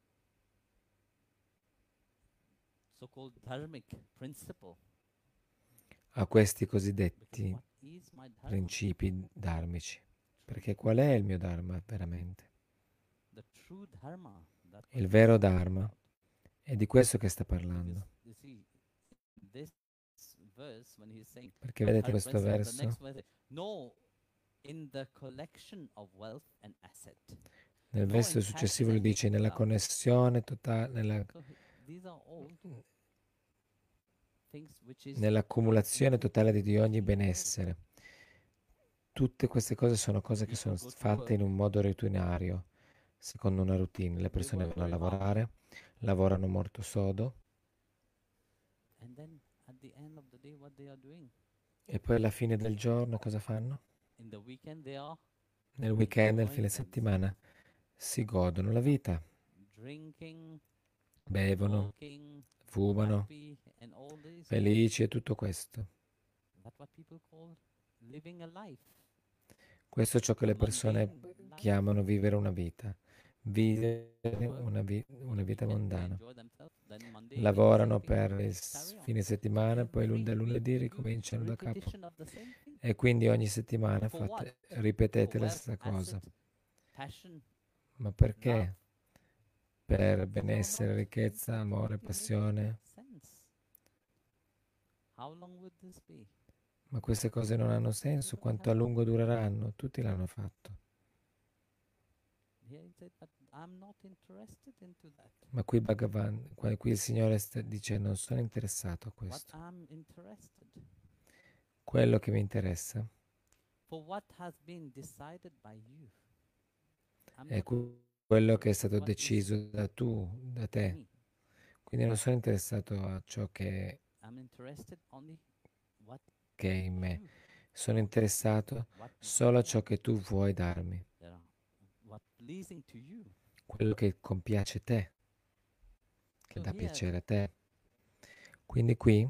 so-called dharmic principle. a questi Because cosiddetti what is my dharma? principi dharmici. Perché qual è il mio dharma veramente? The true dharma. That's Il what vero he's talking dharma about. è di questo che sta Because parlando. you see, this verse when he's saying Perché vedete dharma questo principle, the next verso? verse, no, in the collection of wealth and asset. Nel No, verso in cash successivo and lui dice anything nella else. connessione totale, So these are all things which is nell'accumulazione totale di ogni routine. benessere. Tutte queste cose sono cose che sono People go to fatte in work. un modo rutinario. secondo una routine. Le persone vanno a lavorare, lavorano molto sodo And then at the end of the day, what they are doing? e poi alla fine del giorno cosa fanno? In the weekend, they are Nel weekend, nel fine enjoying settimana, si godono la vita, drinking, bevono, smoking, fumano, happy, and all this. felici e tutto questo. That's what people call living a life. Questo è ciò che A le persone mundane life. chiamano vivere una vita, vivere Work una the vita weekend, they mondana. enjoy themselves, then Monday again, Lavorano same thing, per il carry on. fine settimana, Every poi da week lunedì you do ricominciano da capo. repetition of the same thing. E quindi ogni settimana For what? ripetete For la wealth, stessa cosa. asset, passion, Ma love. perché? Per These are not benessere, ricchezza, amore, going to make passione. sense. How long would this be? Ma queste cose non hanno senso. Quanto a lungo dureranno? Tutti l'hanno fatto. Here it said, but I'm not interested into that. Ma qui Bhagavan, qui il Signore dice non sono interessato a What questo. I'm interested Quello che mi interessa for what has been decided by you. I'm è not quello che è stato what is deciso da te. me. Quindi non sono interessato a ciò I'm interested only what che è in me. you, Sono interessato what is solo a ciò che tu vuoi darmi. what pleasing to you. Quello che compiace te, che So dà here, piacere a te. Quindi qui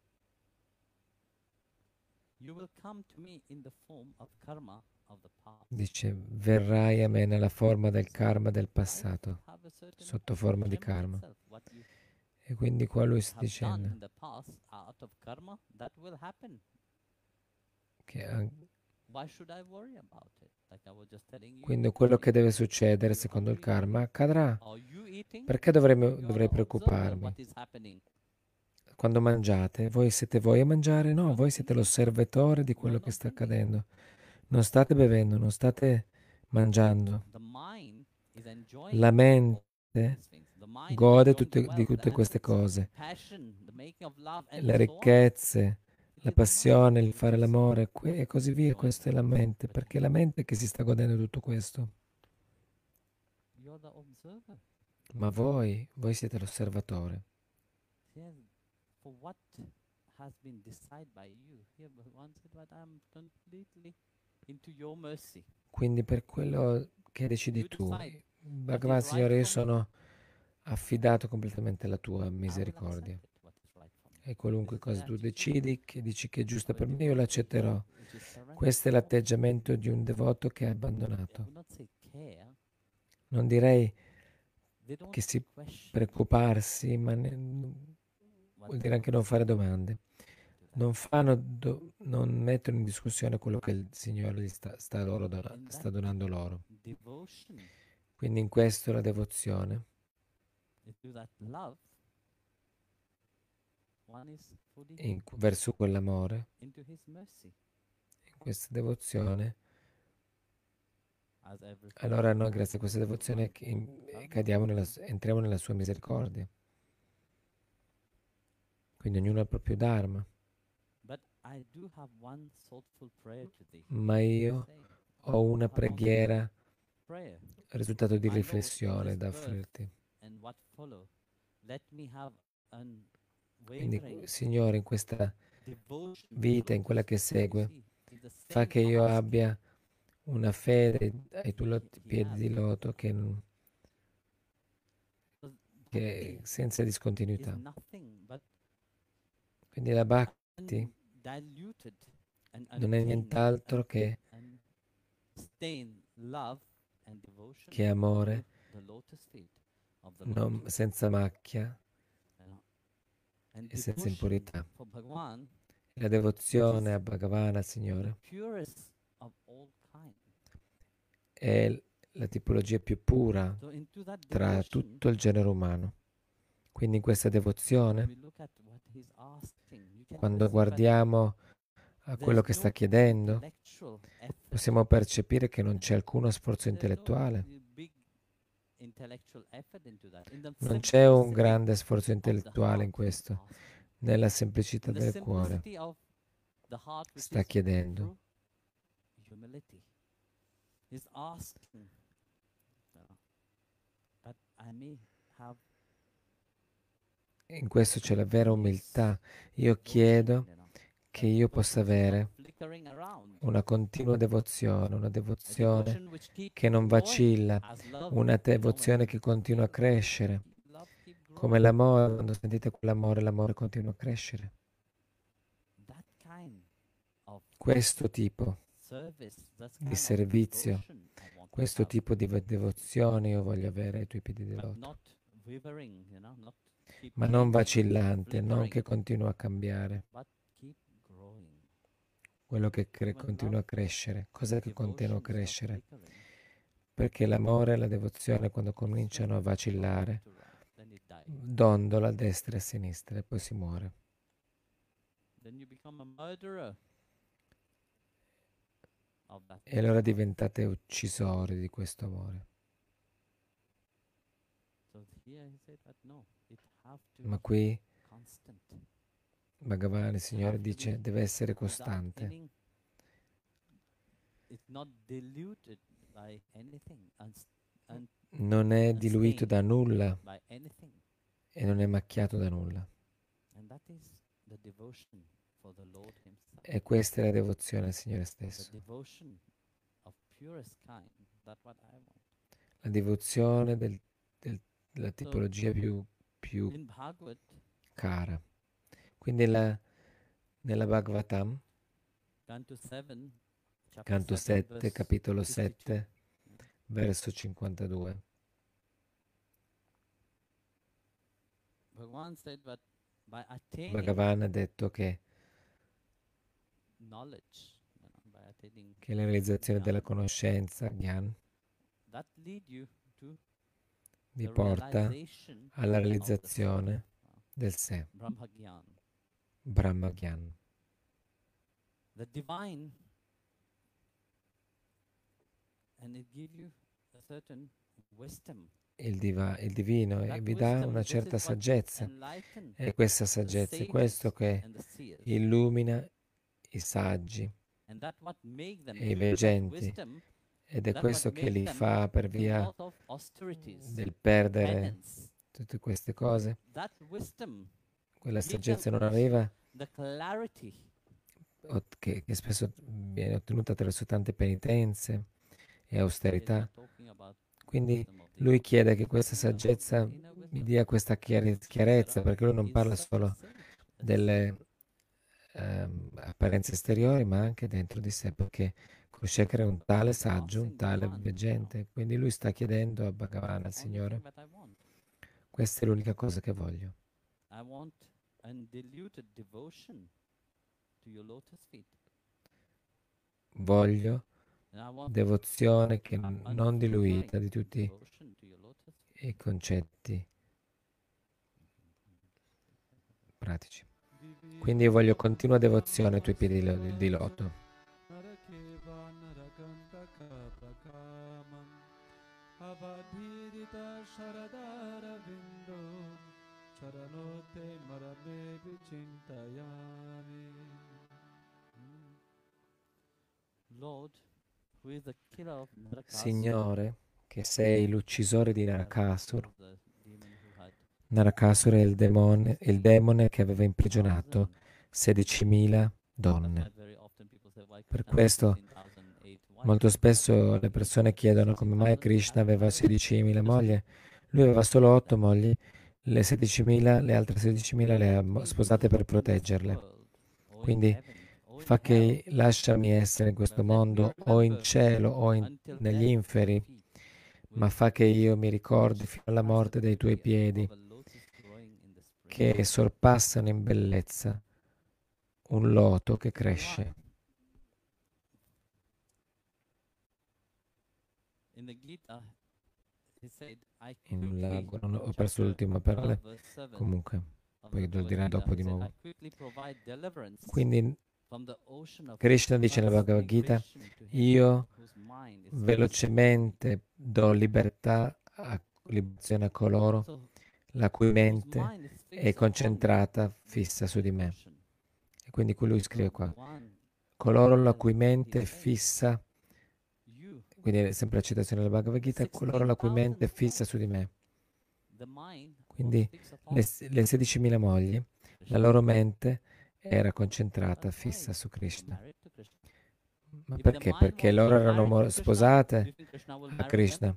you will come to me in the form of karma of the past. dice verrai a me nella forma del karma del Life passato, have a certain sotto forma di karma karma. itself. What you E quindi qua lui sta have done dicendo in the past out of karma, that will happen. che Why should I worry about it? Like I was just telling you. quindi quello che deve succedere How secondo do il you eat? karma accadrà. Are you eating? Perché You are dovrei the observer preoccuparmi? what is happening. Quando mangiate, voi siete voi a mangiare? No, You are voi siete eating. l'osservatore di You are quello che not sta drinking. accadendo. Non state bevendo, non state mangiando. The mind is enjoying La all mente these things. The mind is gode enjoying the di wealth, the tutte queste assets, cose. passion, the making of love, and Le so on. ricchezze, It la is the mind passione, il which fare is l'amore e così via. enjoying Questa è all la this. mente, But perché è la mente che si sta godendo tutto questo. you are the observer. Ma voi siete l'osservatore. Yes, for what has been decided by you. Here Bhagavan said, but I am completely into your mercy. Quindi per quello che decidi You tu, decide Bhagavan, right Signore, io for me. sono affidato completamente alla tua I will misericordia. accept it, what is right for me. E qualunque This is cosa the tu attitude decidi, che dici che è giusta of a per me, io devotee, l'accetterò. which is surrender Questo è to all. l'atteggiamento di un devoto che è I abbandonato. would not say care. Non direi They don't che si question preoccuparsi, ma what vuol the dire anche non Lord fare said domande. to that. Non mettono in discussione quello che il Signore gli sta In sta that donando loro. devotion, Quindi in questo la devozione, into that love, one is fully verso quell'amore, into His mercy. in questa devozione, As every allora noi person grazie a questa has devozione one karma. entriamo nella sua misericordia. Quindi ognuno ha il proprio dharma. But I do have one thoughtful prayer to thee. Ma io Say, ho una preghiera, prayer. risultato di My Lord, in riflessione this da birth offrirti. and what follow, let me have Quindi, unwavering Signore, in questa devotion to vita, in lotus quella che feet. You segue, see, it's the fa same che io asking abbia una fede ai tuoi he piedi has. di loto Because che bhakti senza is discontinuità. nothing but Quindi la bhakti undiluted and non è untainted nient'altro che unstained love and devotion amore, to the lotus feet of the Lord. senza macchia And e senza devotion impurità. for Bhagavan, La devozione a Bhagavan, al the Signore, purest of all kind. è la tipologia più pura So into that tra devotion, tutto il genere umano. Quindi in questa when devozione, we look at what he's asking, you can quando perceive that guardiamo a quello there's che sta no chiedendo, intellectual effort. possiamo percepire che non c'è alcuno sforzo There's no intellettuale, big intellectual effort into that. In the non c'è un simplicity grande sforzo of the intellettuale in heart, he's questo, asking. nella semplicità In the del cuore. simplicity of the heart, which Sta is chiedendo. true humility. He's asking. In questo c'è la vera umiltà. Io chiedo che io possa avere una continua devozione, una devozione che non vacilla, una devozione che continua a crescere. Come l'amore, quando sentite quell'amore, l'amore continua a crescere. Questo tipo di servizio, questo tipo di devozione io voglio avere ai tuoi piedi di loto. Ma non vacillante, non che continua a cambiare. Quello che continua a crescere. Cos'è che continua a crescere? Perché l'amore e la devozione, quando cominciano a vacillare, dondola a destra e a sinistra e poi si muore. E allora diventate uccisori di questo amore. Ma qui Bhagavan, il Signore dice, deve essere costante. Non è diluito da nulla e non è macchiato da nulla. E questa è la devozione al Signore stesso. La devozione della tipologia più cara. Quindi nella Bhagavatam, canto 7, capitolo 7, verso 52. Bhagavan ha detto che la realizzazione della conoscenza, Gyan, vi porta alla realizzazione del sé, Brahma Gyan. Il divino vi dà una certa saggezza, e questa saggezza è questo che illumina i saggi e i veggenti, ed è questo che li fa, per via del perdere tutte queste cose, quella saggezza non arriva, che spesso viene ottenuta attraverso tante penitenze e austerità. Quindi lui chiede che questa saggezza mi dia questa chiarezza, perché lui non parla solo delle apparenze esteriori, ma anche dentro di sé, perché Kushekara è un tale saggio, un tale veggente. Quindi lui sta chiedendo a Bhagavan, al Signore, questa è l'unica cosa che voglio. Voglio devozione che non diluita di tutti i concetti pratici. Quindi io voglio continua devozione ai tuoi piedi di loto. Signore, che sei l'uccisore di Narakasura. Narakasura è il demone che aveva imprigionato 16.000 donne. Per questo molto spesso le persone chiedono come mai Krishna aveva 16.000 mogli. Lui aveva solo 8 mogli, le altre 16.000 le ha sposate per proteggerle. Quindi lasciami essere in questo mondo o in cielo o negli inferi, ma fa che io mi ricordi fino alla morte dei tuoi piedi, che sorpassano in bellezza un loto che cresce. In un lago, ho perso l'ultima parola, comunque, poi lo dirà dopo di nuovo. Quindi Krishna dice nella Bhagavad Gita, io velocemente do liberazione a coloro la cui mente è concentrata, fissa su di me. E quindi lui scrive qua, coloro la cui mente è fissa, quindi è sempre la citazione della Bhagavad Gita, coloro la cui mente è fissa su di me. Quindi le 16.000 mogli, la loro mente era concentrata, fissa su Krishna. Ma perché? Perché loro erano sposate a Krishna.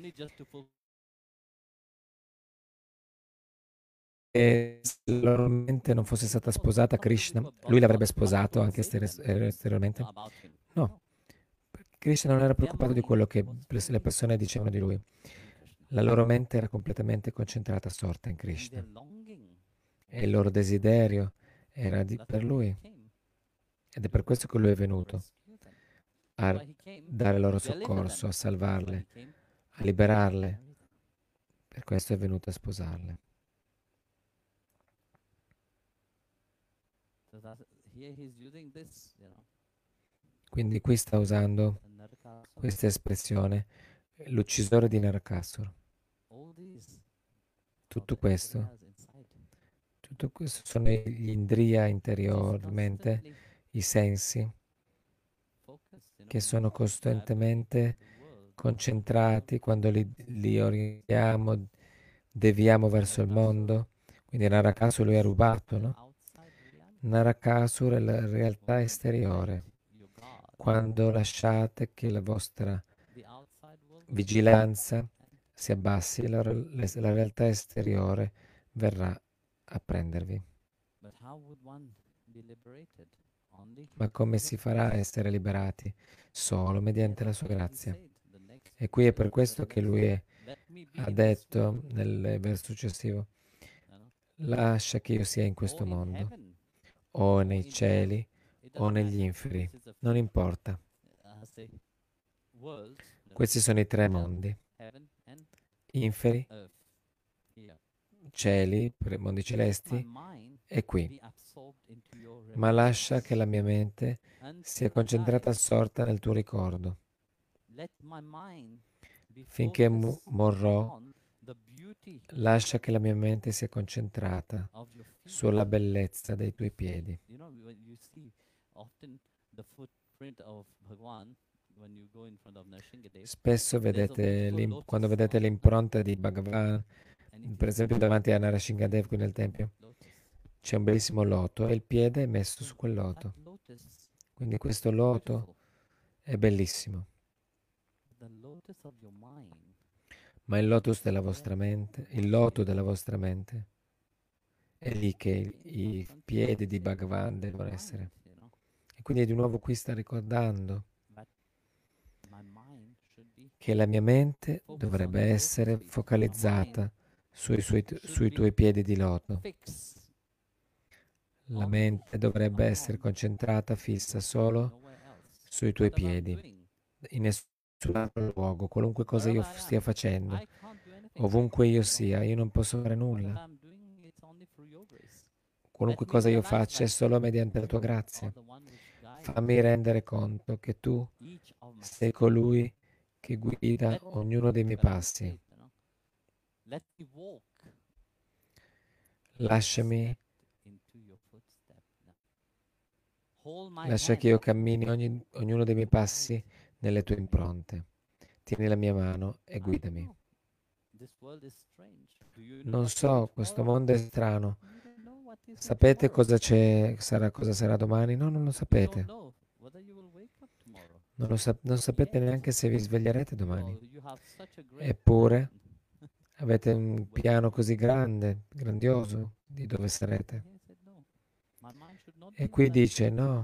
E se la loro mente non fosse stata sposata a Krishna, lui l'avrebbe sposato anche esteriormente? No, perché Krishna non era preoccupato di quello che le persone dicevano di lui. La loro mente era completamente concentrata, assorta in Krishna. E il loro desiderio era per lui. Ed è per questo che lui è venuto a dare loro soccorso, a salvarle, a liberarle. Per questo è venuto a sposarle. Quindi qui sta usando questa espressione, l'uccisore di Narakasura. Tutto questo sono gli indriya interiormente, i sensi, che sono costantemente concentrati quando li orientiamo, deviamo verso il mondo. Quindi Narakasura lui ha rubato, no? Narakasura è la realtà esteriore. Quando lasciate che la vostra vigilanza si abbassi, la realtà esteriore verrà a prendervi. Ma come si farà a essere liberati? Solo mediante la sua grazia. E qui è per questo che lui ha detto nel verso successivo, lascia che io sia in questo mondo, o nei cieli, o negli inferi, non importa. Questi sono i tre mondi, inferi, cieli, mondi celesti, e qui. Ma lascia che la mia mente sia concentrata assorta nel tuo ricordo. Finché morrò, lascia che la mia mente sia concentrata sulla bellezza dei tuoi piedi. Spesso vedete, quando vedete l'impronta di Bhagavan, per esempio davanti a Narasimhadev qui nel tempio, c'è un bellissimo loto e il piede è messo su quel loto. Quindi questo loto è bellissimo. Ma il lotus della vostra mente, il loto della vostra mente, è lì che i piedi di Bhagavan devono essere. E quindi di nuovo qui sta ricordando che la mia mente dovrebbe essere focalizzata sui tuoi piedi di loto. La mente dovrebbe essere concentrata, fissa solo sui tuoi piedi, in nessun altro luogo, qualunque cosa io stia facendo, ovunque io sia, io non posso fare nulla. Qualunque cosa io faccia è solo mediante la tua grazia. Fammi rendere conto che tu sei colui che guida ognuno dei miei passi. Lasciami, lascia che io cammini ognuno dei miei passi nelle tue impronte. Tieni la mia mano e guidami. Non so, questo mondo è strano. Sapete cosa cosa sarà domani? No, non lo sapete. Non sapete neanche se vi sveglierete domani. Eppure avete un piano così grande, grandioso, di dove sarete. E qui dice no.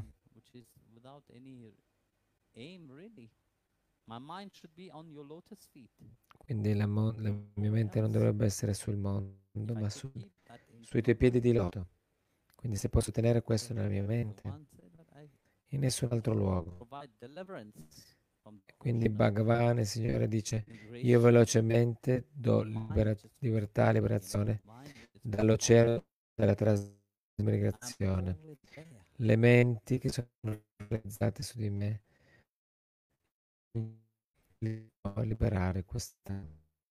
Quindi la mia mente non dovrebbe essere sul mondo, ma sui tuoi piedi di loto. Quindi se posso tenere questo nella mia mente, in nessun altro luogo. Quindi Bhagavan, il Signore dice, io velocemente do libertà, liberazione dall'oceano della trasmigrazione. Le menti che sono realizzate su di me, liberare questa.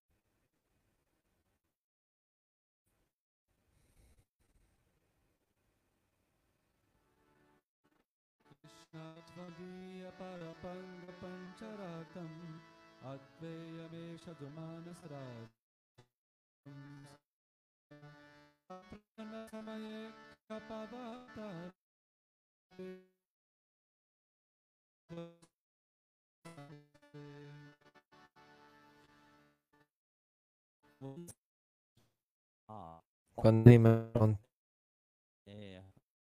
Krishnatvadiya parapanga pancharakam Adveyamesha Dumanasraj Samaye kapavata Ah, Quando anima non yeah.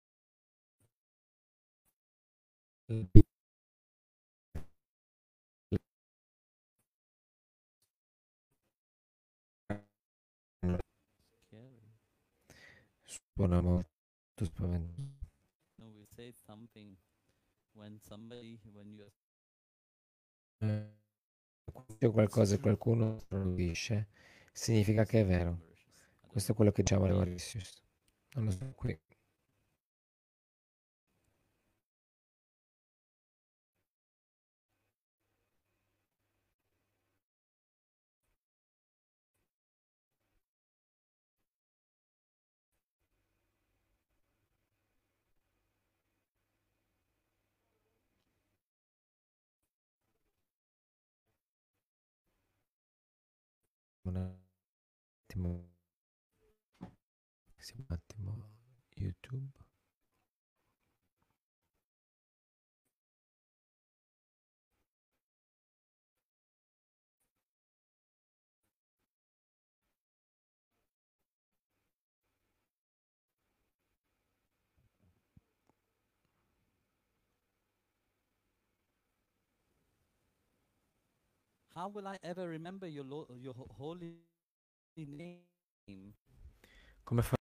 Scary. suona molto spaventoso. No, we say something when you Quando c'è qualcosa e qualcuno lo dice, significa che è vero. Mauritius. I don't Questo è know. quello che diciamo alle Mauritius. Non lo so qui. Un attimo. Un attimo. YouTube. How will I ever remember your holy name? Come fa?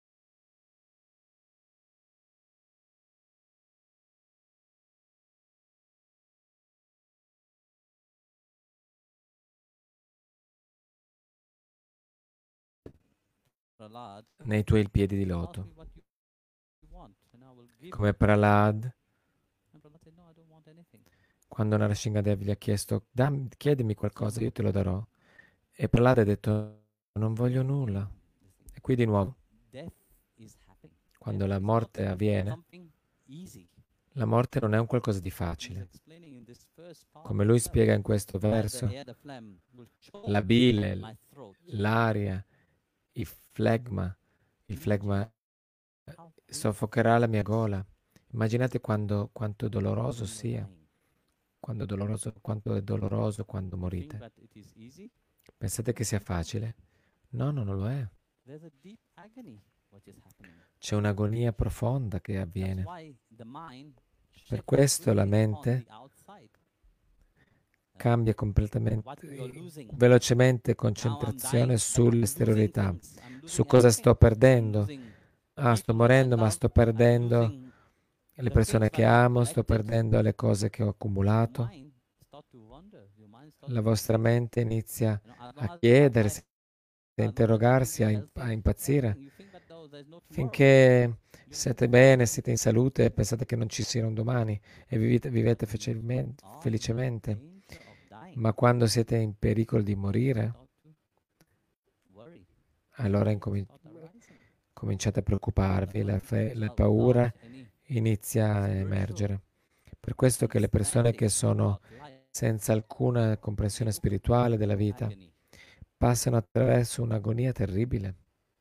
Prahlad, Nei tuoi piedi di ask loto. me what you want, and I will give Come you. Prahlad, And Prahlad said, no, I don't want anything. quando Narasimhadev gli ha chiesto, chiedimi qualcosa, io te lo darò. E Prahlad ha detto, non voglio nulla. Listen, E qui di nuovo, death is happening. quando Death la is not morte avviene, something easy. la morte non è un qualcosa di He's facile. explaining in this first part Come lui himself. spiega in questo The verso, air, the phlegm will la choke bile, my throat. l'aria, il flegma Imagine how painful soffocherà la mia gola. Immaginate quanto it is doloroso when you are sia, dying. quanto è doloroso quando You think morite. that it is easy? Pensate che sia facile? No, no, non lo è. There's a deep agony what is happening. C'è un'agonia profonda che That's avviene. why the mind Per shifts questo la quickly on mente the outside. cambia What completamente, you're losing. velocemente Now I'm concentrazione dying, but I'm losing sull'esteriorità, things. I'm su losing cosa everything. sto I'm perdendo. losing Ah, sto people that I morendo, ma love. sto I'm perdendo losing le the things persone che that I've amo, sto collected. perdendo le cose che ho Your accumulato. mind start to wonder. Your mind start La to vostra crazy. mente inizia You know, as a long as my chiedersi, life, a as long as you think interrogarsi, you're a healthy, impazzire. everything, you think that oh, there's no tomorrow. Finché You siete move bene, on. siete in salute e pensate che non ci sia un domani e vivete When you are in felicemente. danger of dying, Ma quando siete in pericolo di you morire, start to worry. allora Fears start arising. cominciate a That's preoccuparvi, why la without paura any inizia a spiritual emergere. Per questo che le persone che understanding sono about life, senza alcuna they comprensione go spirituale della through vita agony. passano attraverso un'agonia terribile.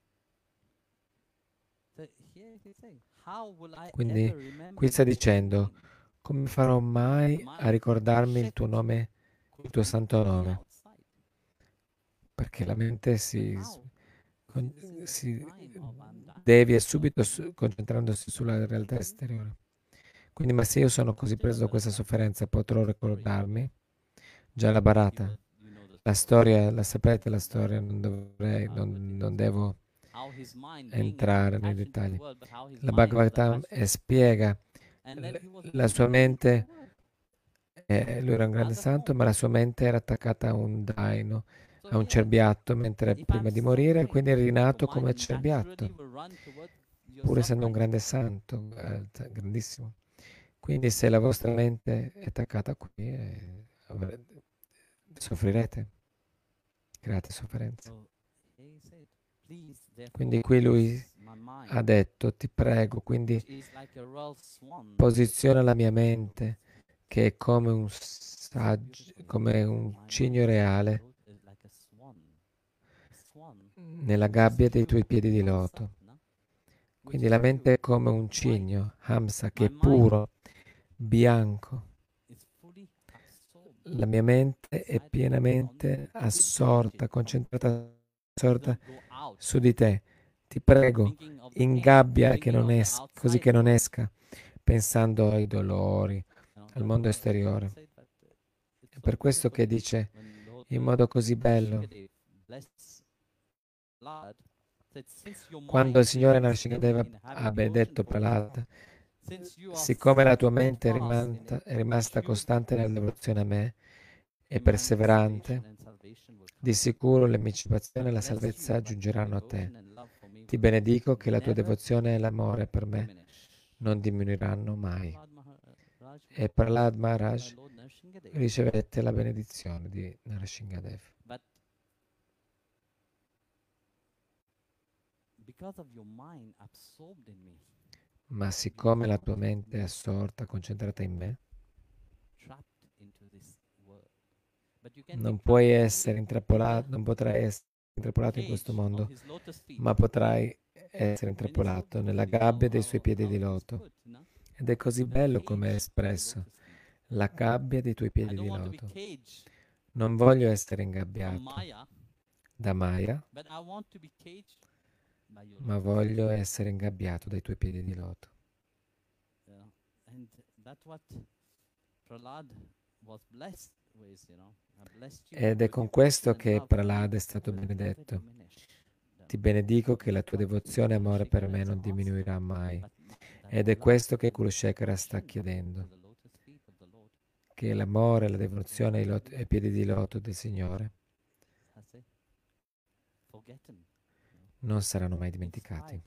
So here he's saying, how will I Quindi ever remember qui sta your holy dicendo, name? come farò mai The a mind ricordarmi il tuo shifts nome, il tuo quickly santo on the nome? outside. Perché la mente And now, con- since in the si time of I'm dying, devia but subito concentrandosi sulla realtà thinking, esteriore. Quindi, ma se io sono così preso da questa Srila sofferenza, potrò Bharata, story, ricordarmi? Già la you barata, know the la story. storia, la sapete la And storia, non dovrei, Bhagavad Gita non says devo how his mind being entrare nei attached into the dettagli. world, but how his La mind was Bhagavatam attached to him. spiega And then he was la sua born into the mente, world lui era un grande as a santo, ma form. la sua mente era attaccata a un daino, So a un here, cerbiatto, mentre if I'm prima di morire, suffering, quindi è your rinato come mind naturally cerbiatto, will run towards your pur essendo un suffering. grande santo, grandissimo. Quindi se la vostra mente è attaccata qui, soffrirete, create sofferenze. So he said, please, Quindi therefore, qui lui fix my mind, ha detto, ti prego, quindi which is like a royal swan. posiziona la mia Beautiful. mente che è come un So beautiful. come un My cigno mind reale, is like a swan. A swan nella gabbia dei tuoi piedi di loto. Quindi la mente è come un cigno, Hamsa, che è puro, bianco. La mia mente è pienamente assorta, concentrata, assorta su di te. Ti prego, ingabbia che non così che non esca, pensando ai dolori, al mondo esteriore. È per questo che dice in modo così bello, quando il Signore Narsingadeva ha benedetto Prahlad, siccome la tua mente è rimasta costante nella devozione a me e perseverante, di sicuro l'emancipazione e la salvezza giungeranno a te. Ti benedico che la tua devozione e l'amore per me non diminuiranno mai. E Prahlad Maharaj ricevette la benedizione di Narasimhadev. Ma siccome la tua mente è assorta, concentrata in me, non puoi essere intrappolato, non potrai essere intrappolato in questo mondo, ma potrai essere intrappolato nella gabbia dei suoi piedi di loto. Ed è così bello come è espresso, la gabbia dei tuoi piedi di loto. Non voglio essere ingabbiato da Maya, ma voglio essere ingabbiato dai tuoi piedi di loto. Ed è con questo che Prahlad è stato benedetto. Ti benedico che la tua devozione e amore per me non diminuirà mai. Ed è questo che Kulashekhara sta chiedendo, che l'amore, la devozione ai piedi di loto del Signore non saranno mai dimenticati.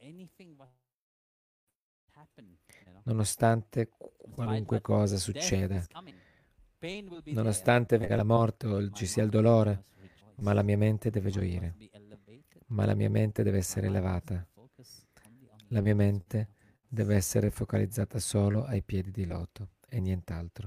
Nonostante qualunque cosa succeda, nonostante venga la morte o ci sia il dolore, ma la mia mente deve gioire, ma la mia mente deve essere elevata, la mia mente deve essere focalizzata solo ai piedi di loto e nient'altro.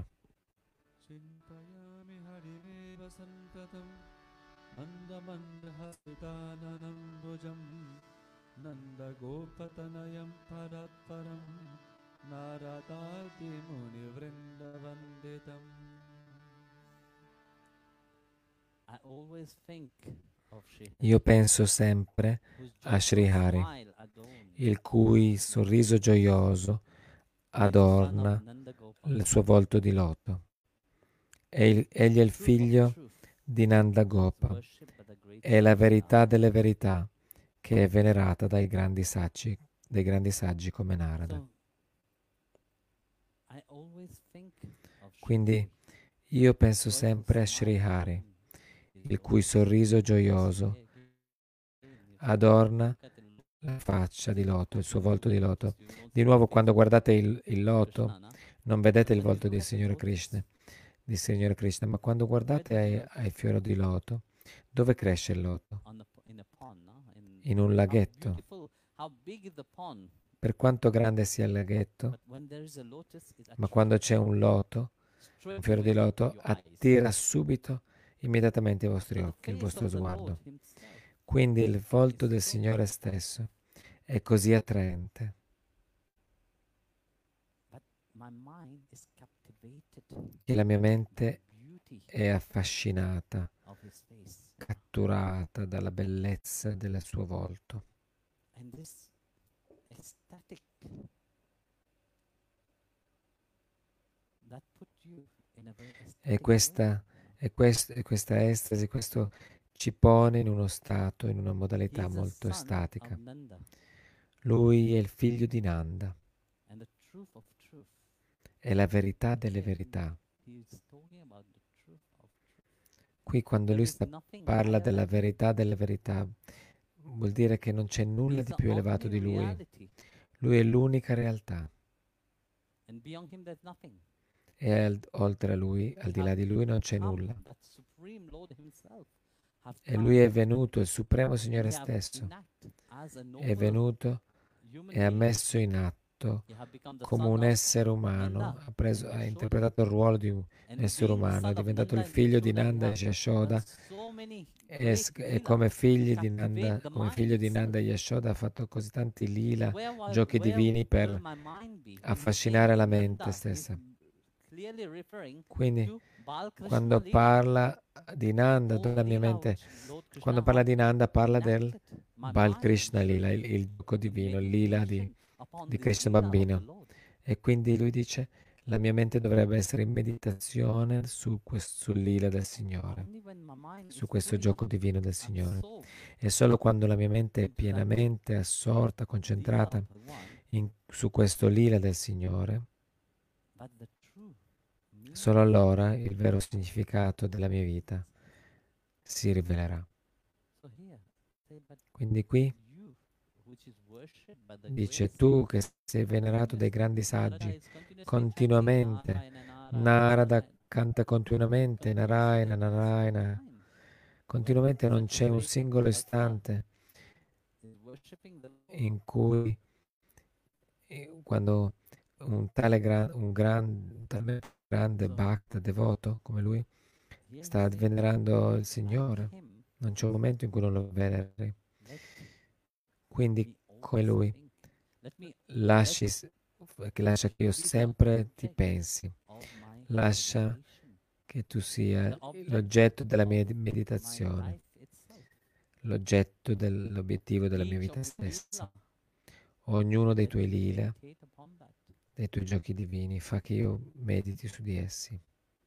Nanda Gopatanayam Paratparam Naradadi Muni Vrindavanditam. Io penso sempre a Srihari, il cui sorriso gioioso adorna il suo volto di loto. Egli è il figlio di Nanda Gopa, è la verità delle verità che è venerata dai grandi saggi come Narada. Quindi io penso sempre a Srihari, il cui sorriso gioioso adorna la faccia di loto, il suo volto di loto. Di nuovo, quando guardate il loto, non vedete il volto del Signore Krishna, ma quando guardate ai fiori di loto, dove cresce il loto? In un laghetto. Per quanto grande sia il laghetto, ma quando c'è un loto, un fiore di loto, attira subito, immediatamente i vostri occhi, il vostro sguardo. Quindi il volto del Signore stesso è così attraente. Che la mia mente è affascinata, catturata dalla bellezza del suo volto. E questa estasi, questo ci pone in uno stato, in una modalità molto estatica. Lui è il figlio di Nanda, è la verità delle verità. Qui quando lui parla della verità delle verità, vuol dire che non c'è nulla di più elevato di lui. Lui è l'unica realtà. E oltre a lui, al di là di lui, non c'è nulla. E lui è venuto, il Supremo Signore stesso, è venuto e ha messo in atto fatto You have become the come son un of essere umano, Nanda ha and ha Yashoda. interpretato il ruolo di un And essere being the umano, è son of diventato Nanda il and figlio di Yashoda, you Nanda e have done Yashoda so many e, great e leelas come to figli di captivate Nanda, the come figlio di minds. Nanda e Yashoda ha fatto così tanti So lila, where giochi divini will per my mind be? When he's affascinare saying la mente Nanda, he's stessa. clearly referring Quindi to Balkrishna quando Lila. parla di Nanda, All the la mia Leela mente, which Lord quando Krishna parla has di Nanda parla del enacted. My Bal mind Krishna should Lila, il gioco be divino, il lila meditation upon di this Krishna Leela of the bambino. Lord. E quindi lui dice, la mia mente dovrebbe essere in meditazione sul lila del Signore, Only when my mind su is questo fully gioco divino del Signore. absorbed E solo quando la mia mente è into that pienamente assorta, Leela concentrata of Bhagwan, su questo lila del Signore, that the true meaning solo of allora life. il vero significato della mia vita si rivelerà. So here, say, but Quindi qui you, which is worshipped by the great dice, tu che sages, sei venerato dai grandi Narada saggi, is continuously chanting continuamente, Narayana, Narayana, Narada Narayana. canta continuamente, Continuously, Narayana, there is no Narayana, time when continuamente non such a c'è un great singolo avatar istante is worshipping the Lord. in cui, quando un talmente grande So bhakta, devoto come lui, here he's sta saying, venerando il like Signore, him, non c'è un momento in cui non lo veneri. let Quindi, me come always lui, think. Let me lascia che io be the sempre ti object pensi, of my lascia meditation, che tu sia the object l'oggetto della mia of my meditazione, life itself. l'obiettivo della mia Each vita of your stessa. lila, Ognuno dei let tuoi me lila, meditate upon that. dei tuoi giochi divini, fa che io mediti su di essi.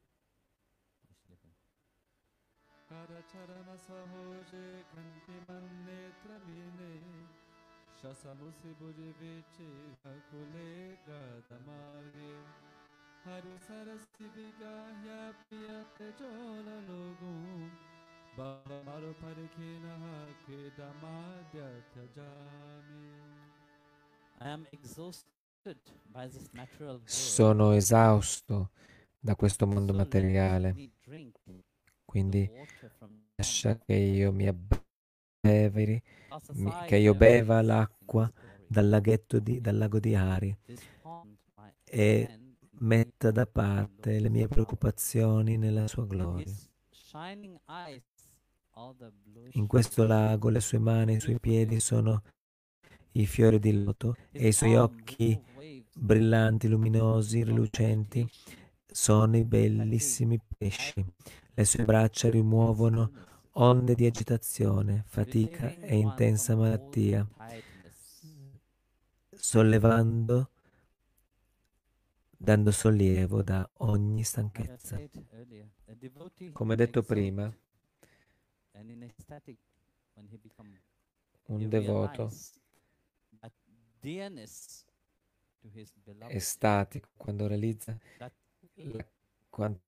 Karacharana sahoje kantiman netramine Shasamusi buje viche akule gadamarge Haru sarasi vigahya piyate jola logum Baba maru parikina hake damadya tajami. I am exhausted by this material world. Sono esausto da questo mondo So let materiale, me drink the quindi water from lascia che io mi abbeveri, Cast che aside io their beva ways in l'acqua His glory. dal lago di Ari This pond my e hand metta da beneath the parte le lotus mie flower. preoccupazioni nella sua And gloria. his shining eyes are the bluish In questo flowers. lago le sue mani e i suoi Beautiful piedi lotus. sono i fiori di loto His e i suoi palm, which occhi move waves brillanti, luminosi, of rilucenti, agitation. sono i Fatigue, bellissimi pesci. madness, Le sue braccia rimuovono stillness. onde di agitazione, fatica Relieving e one intensa from all malattia, tiredness. sollevando, dando sollievo da ogni Like I stanchezza. said earlier, a devotee Come in detto exalt prima, and in ecstatic when he un he devoto realize that dearness to his beloved, estatico quando realizza that la- quan-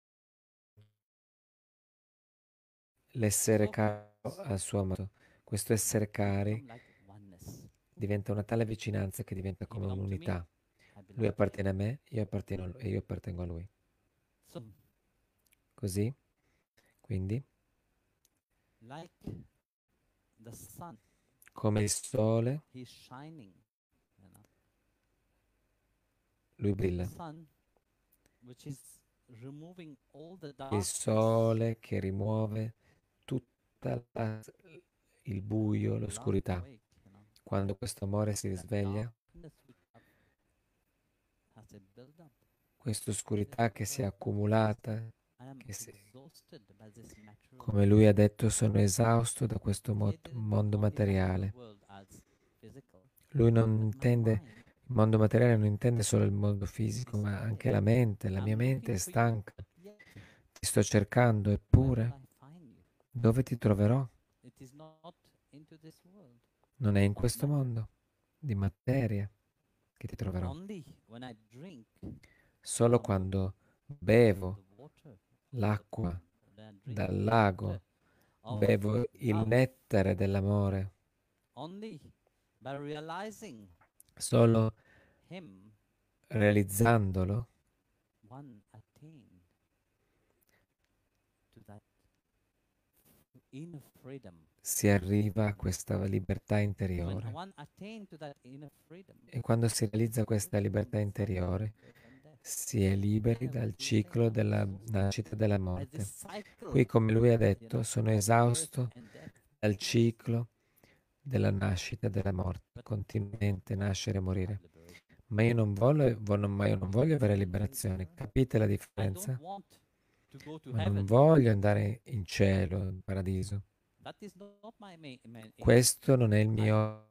l'essere so caro al suo amato. Questo essere we cari become like oneness. diventa una tale vicinanza che diventa He come belongs to me, un'unità. I Lui belong to appartiene a him. me, io appartengo e io appartengo a lui. So Così, quindi, like the sun, come il sole, he's shining. You know? lui The brilla. sun, which is removing all the Il darkness, sole che rimuove tutta il buio, love l'oscurità. awake. You know? Quando questo amore si That risveglia, darkness which has a build up. questa oscurità che si è accumulata, I am che si- exhausted by this material come lui ha detto, sono esausto da questo He didn't mondo only understand the materiale. world as physical, Lui non but my intende, mind. il mondo materiale non intende solo il mondo fisico, is ma anche tired. la mente. La mia I'm mente è looking for you, stanca. yet Ti sto cercando, where will eppure I find you? dove ti troverò? It is not into this world Non è in of questo matter. mondo di materia che ti troverò. Only when I drink Solo from quando bevo the water of the l'acqua when I drink dal the lago, nectar of bevo il love, nettare dell'amore, only by realizing solo Him, realizzandolo one attain to that inner freedom. si arriva a questa libertà When interiore. one attains to that inner freedom, E quando si realizza you're questa free from libertà the interiore, cycle of birth and death. si è liberi Yeah, dal what do you say ciclo now? della Exhausted nascita e della by morte. this Qui, cycle, come lui ha you detto, know, sono of birth esausto and death. dal ciclo della nascita e della morte, But continuamente I nascere e want to morire. have liberation. Ma io non voglio avere Feel the liberazione. difference? Capite la I don't differenza? want to go to Ma non heaven. voglio andare in cielo, in paradiso. That is not my main aim. Questo non è il I mio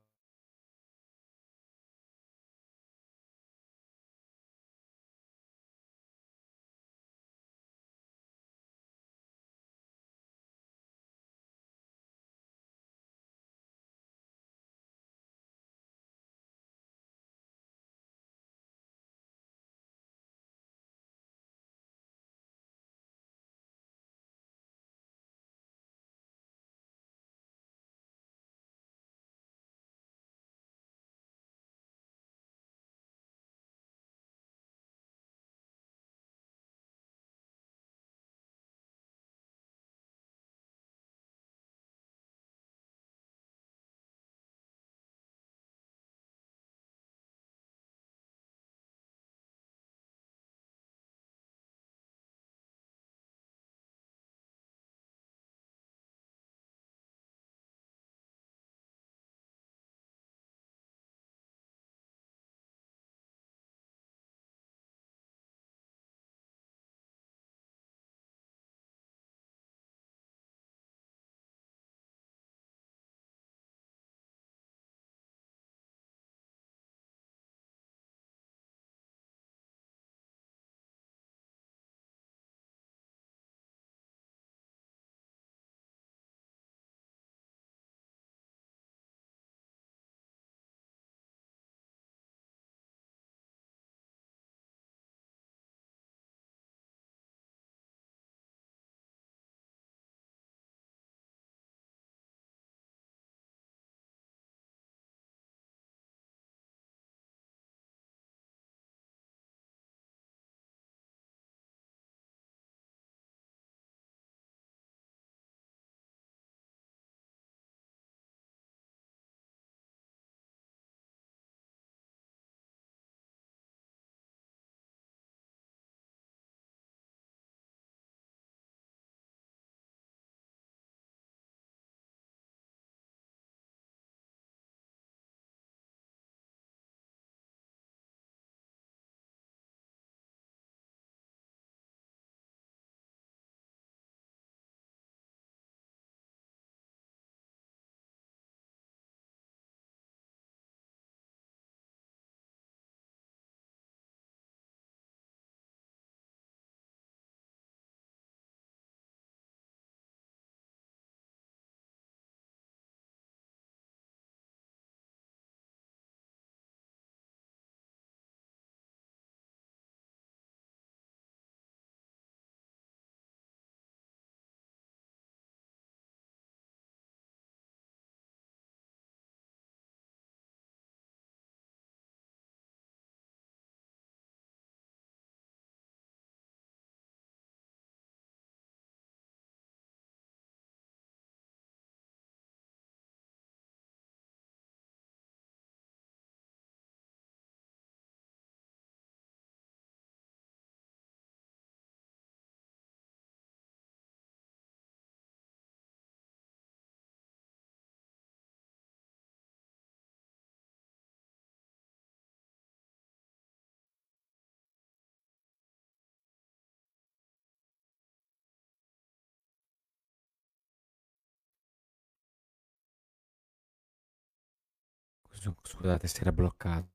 Scusate, si era bloccato.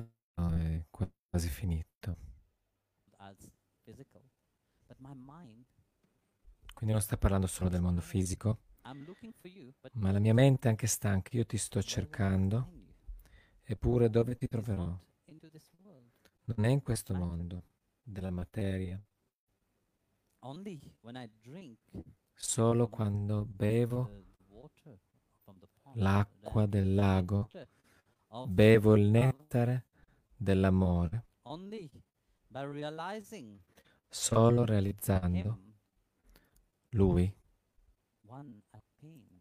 È quasi finito. As physical, but my mind Quindi non sta parlando solo del mondo fisico, I'm looking for you, but ma la mia mente è anche stanca. Io ti sto where will I cercando, find you? eppure dove ti It is troverò? not into this world. Non è in questo Matter. mondo della materia. Only when I drink Solo from quando bevo the water from the pond, l'acqua the del lago, nectar of bevo il love, nettare dell'amore, only by realizing solo realizzando him, Lui, one attained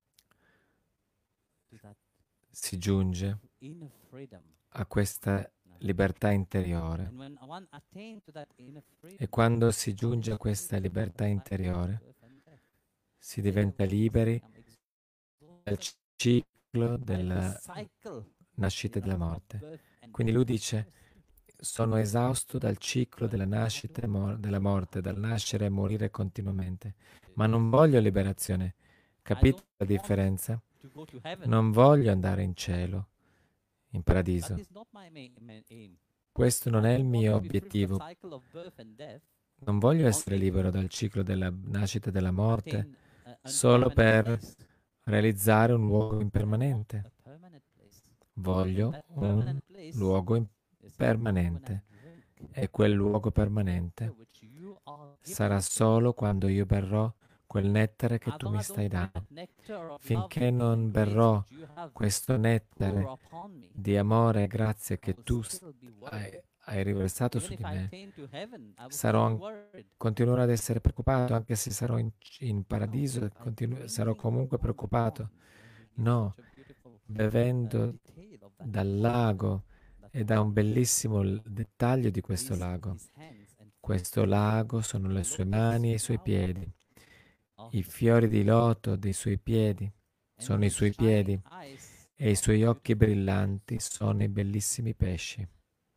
to that si giunge inner freedom. a questa libertà interiore. And when one attained to that inner freedom, E quando si giunge a questa libertà interiore, si diventa liberi dal ciclo della nascita e della morte. Quindi lui dice: sono esausto dal ciclo della nascita e della morte, dal nascere e morire continuamente, ma non voglio liberazione. Capite la differenza? Non voglio andare in cielo, in paradiso. Questo non è il mio obiettivo. Non voglio essere libero dal ciclo della nascita e della morte solo per realizzare un luogo impermanente. Voglio un luogo permanente, e quel luogo permanente sarà solo quando io berrò quel nettare che tu mi stai dando. Finché non berrò questo nettare di amore e grazia che tu hai riversato su di me, continuerò ad essere preoccupato, anche se sarò in paradiso, sarò comunque preoccupato. No, bevendo dal lago e da un bellissimo dettaglio di questo lago. Questo lago sono le sue mani e i suoi piedi. I fiori di loto dei suoi piedi sono i suoi piedi, e i suoi occhi brillanti sono i bellissimi pesci.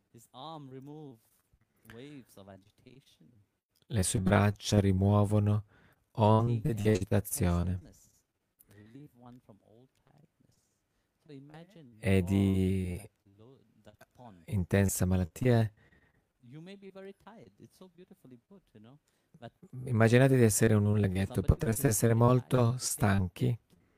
Le sue braccia rimuovono onde di agitazione e di intensa malattia. Immaginate di essere in un laghetto, potreste essere molto stanchi,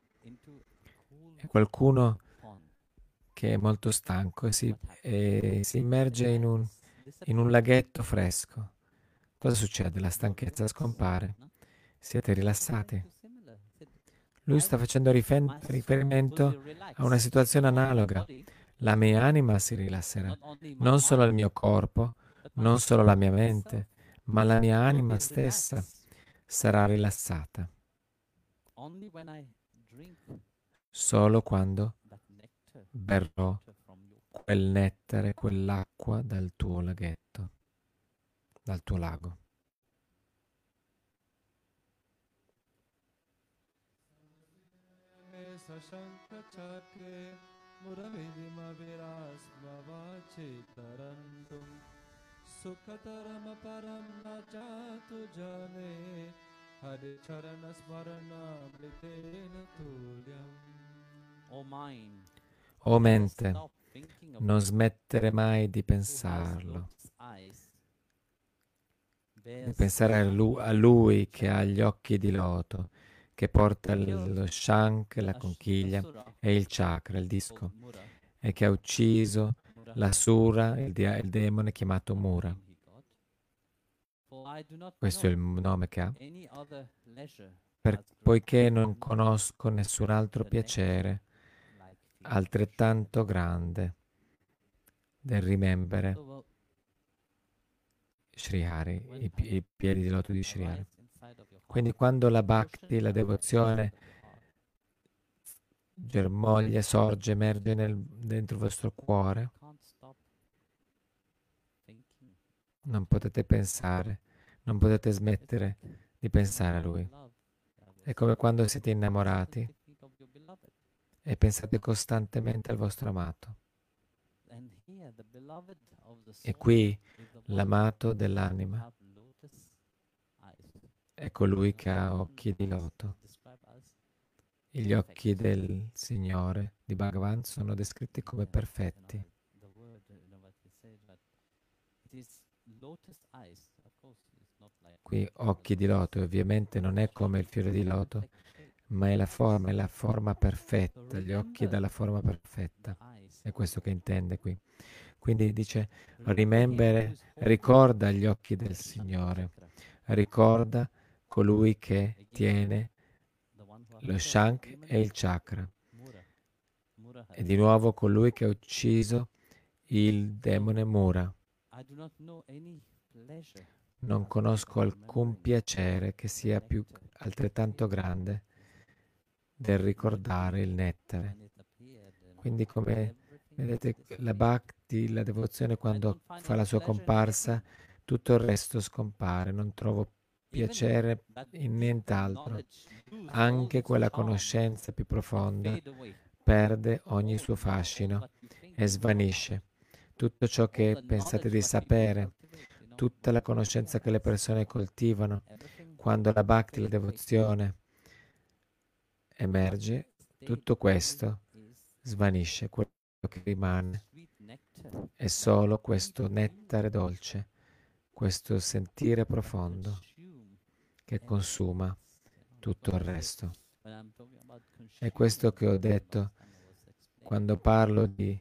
e qualcuno che è molto stanco e si immerge in un laghetto fresco. Cosa succede? La stanchezza scompare. Siete rilassati. Lui sta facendo riferimento a una situazione analoga. La mia anima si rilasserà, non solo il mio corpo, non solo la mia mente, ma la mia anima stessa sarà rilassata. Solo quando berrò quel nettare, quell'acqua dal tuo laghetto, dal tuo lago. Sukataram param na jatu jane Hare charana smarana mritena tulyam. O mente, non smettere mai di pensarlo, di pensare a lui che ha gli occhi di loto, che porta lo shank, la conchiglia e il chakra, il disco, e che ha ucciso l'asura, il demone chiamato Mura. Questo è il nome che ha. Poiché non conosco nessun altro piacere altrettanto grande del rimembere Sri Hari, i piedi di loto di Sri Hari. Quindi quando la bhakti, la devozione germoglia, sorge, emerge dentro il vostro cuore, non potete pensare, non potete smettere di pensare a Lui. È come quando siete innamorati e pensate costantemente al vostro amato. E qui l'amato dell'anima è colui che ha occhi di loto. Gli occhi del Signore di Bhagavan sono descritti come perfetti. Qui occhi di loto ovviamente non è come il fiore di loto, ma è la forma perfetta, gli occhi dalla forma perfetta. È questo che intende qui. Quindi dice, ricorda gli occhi del Signore, ricorda colui che tiene lo shank e il chakra, e di nuovo colui che ha ucciso il demone Mura. Non conosco alcun piacere che sia più altrettanto grande del ricordare il nettare. Quindi, come vedete, la bhakti, la devozione, quando fa la sua comparsa, tutto il resto scompare. Non trovo piacere in nient'altro. Anche quella conoscenza più profonda perde ogni suo fascino e svanisce. Tutto ciò che pensate di sapere, tutta la conoscenza che le persone coltivano, quando la bhakti, la devozione, emerge, tutto questo svanisce. Quello che rimane è solo questo nettare dolce, questo sentire profondo che consuma tutto il resto. È questo che ho detto quando parlo di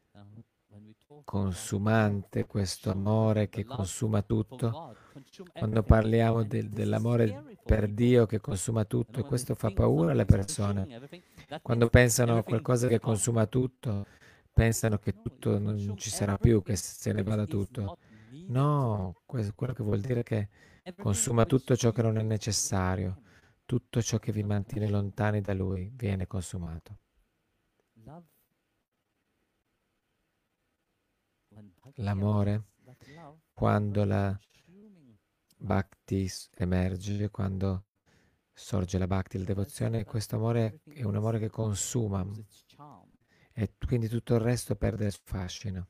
consumante, questo amore che consuma tutto, quando parliamo dell'amore per Dio che consuma tutto, e questo fa paura alle persone. Quando pensano a qualcosa che consuma tutto, pensano che tutto non ci sarà più, che se ne vada tutto. No, quello che vuol dire che consuma tutto ciò che non è necessario, tutto ciò che vi mantiene lontani da Lui viene consumato. L'amore, quando la bhakti emerge, quando sorge la bhakti, la devozione, questo amore è un amore che consuma e quindi tutto il resto perde il suo fascino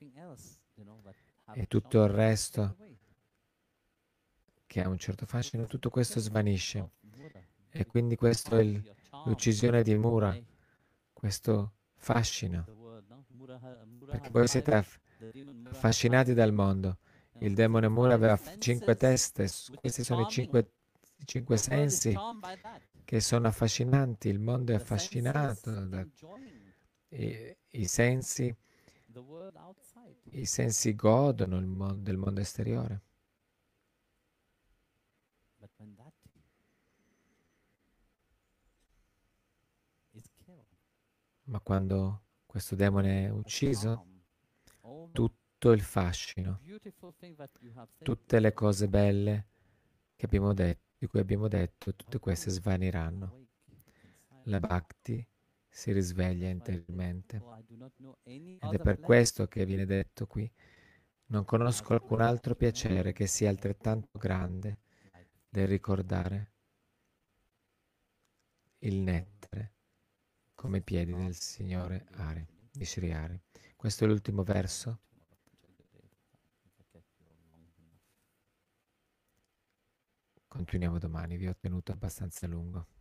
e tutto il resto che ha un certo fascino, tutto questo svanisce e quindi questo è l'uccisione di Mura, questo fascino, perché voi siete affascinati dal mondo. Il demone Mura aveva 5 teste, questi sono i cinque sensi che sono affascinanti, il mondo è affascinato i sensi godono del mondo esteriore. Ma quando questo demone è ucciso, tutto il fascino, tutte le cose belle che abbiamo detto, di cui abbiamo detto, tutte queste svaniranno. La bhakti si risveglia interiormente. Ed è per questo che viene detto qui, non conosco alcun altro piacere che sia altrettanto grande del ricordare il nettare come i piedi del Signore Hari, di Sri Hari. Questo è l'ultimo verso. Continuiamo domani, vi ho tenuto abbastanza lungo.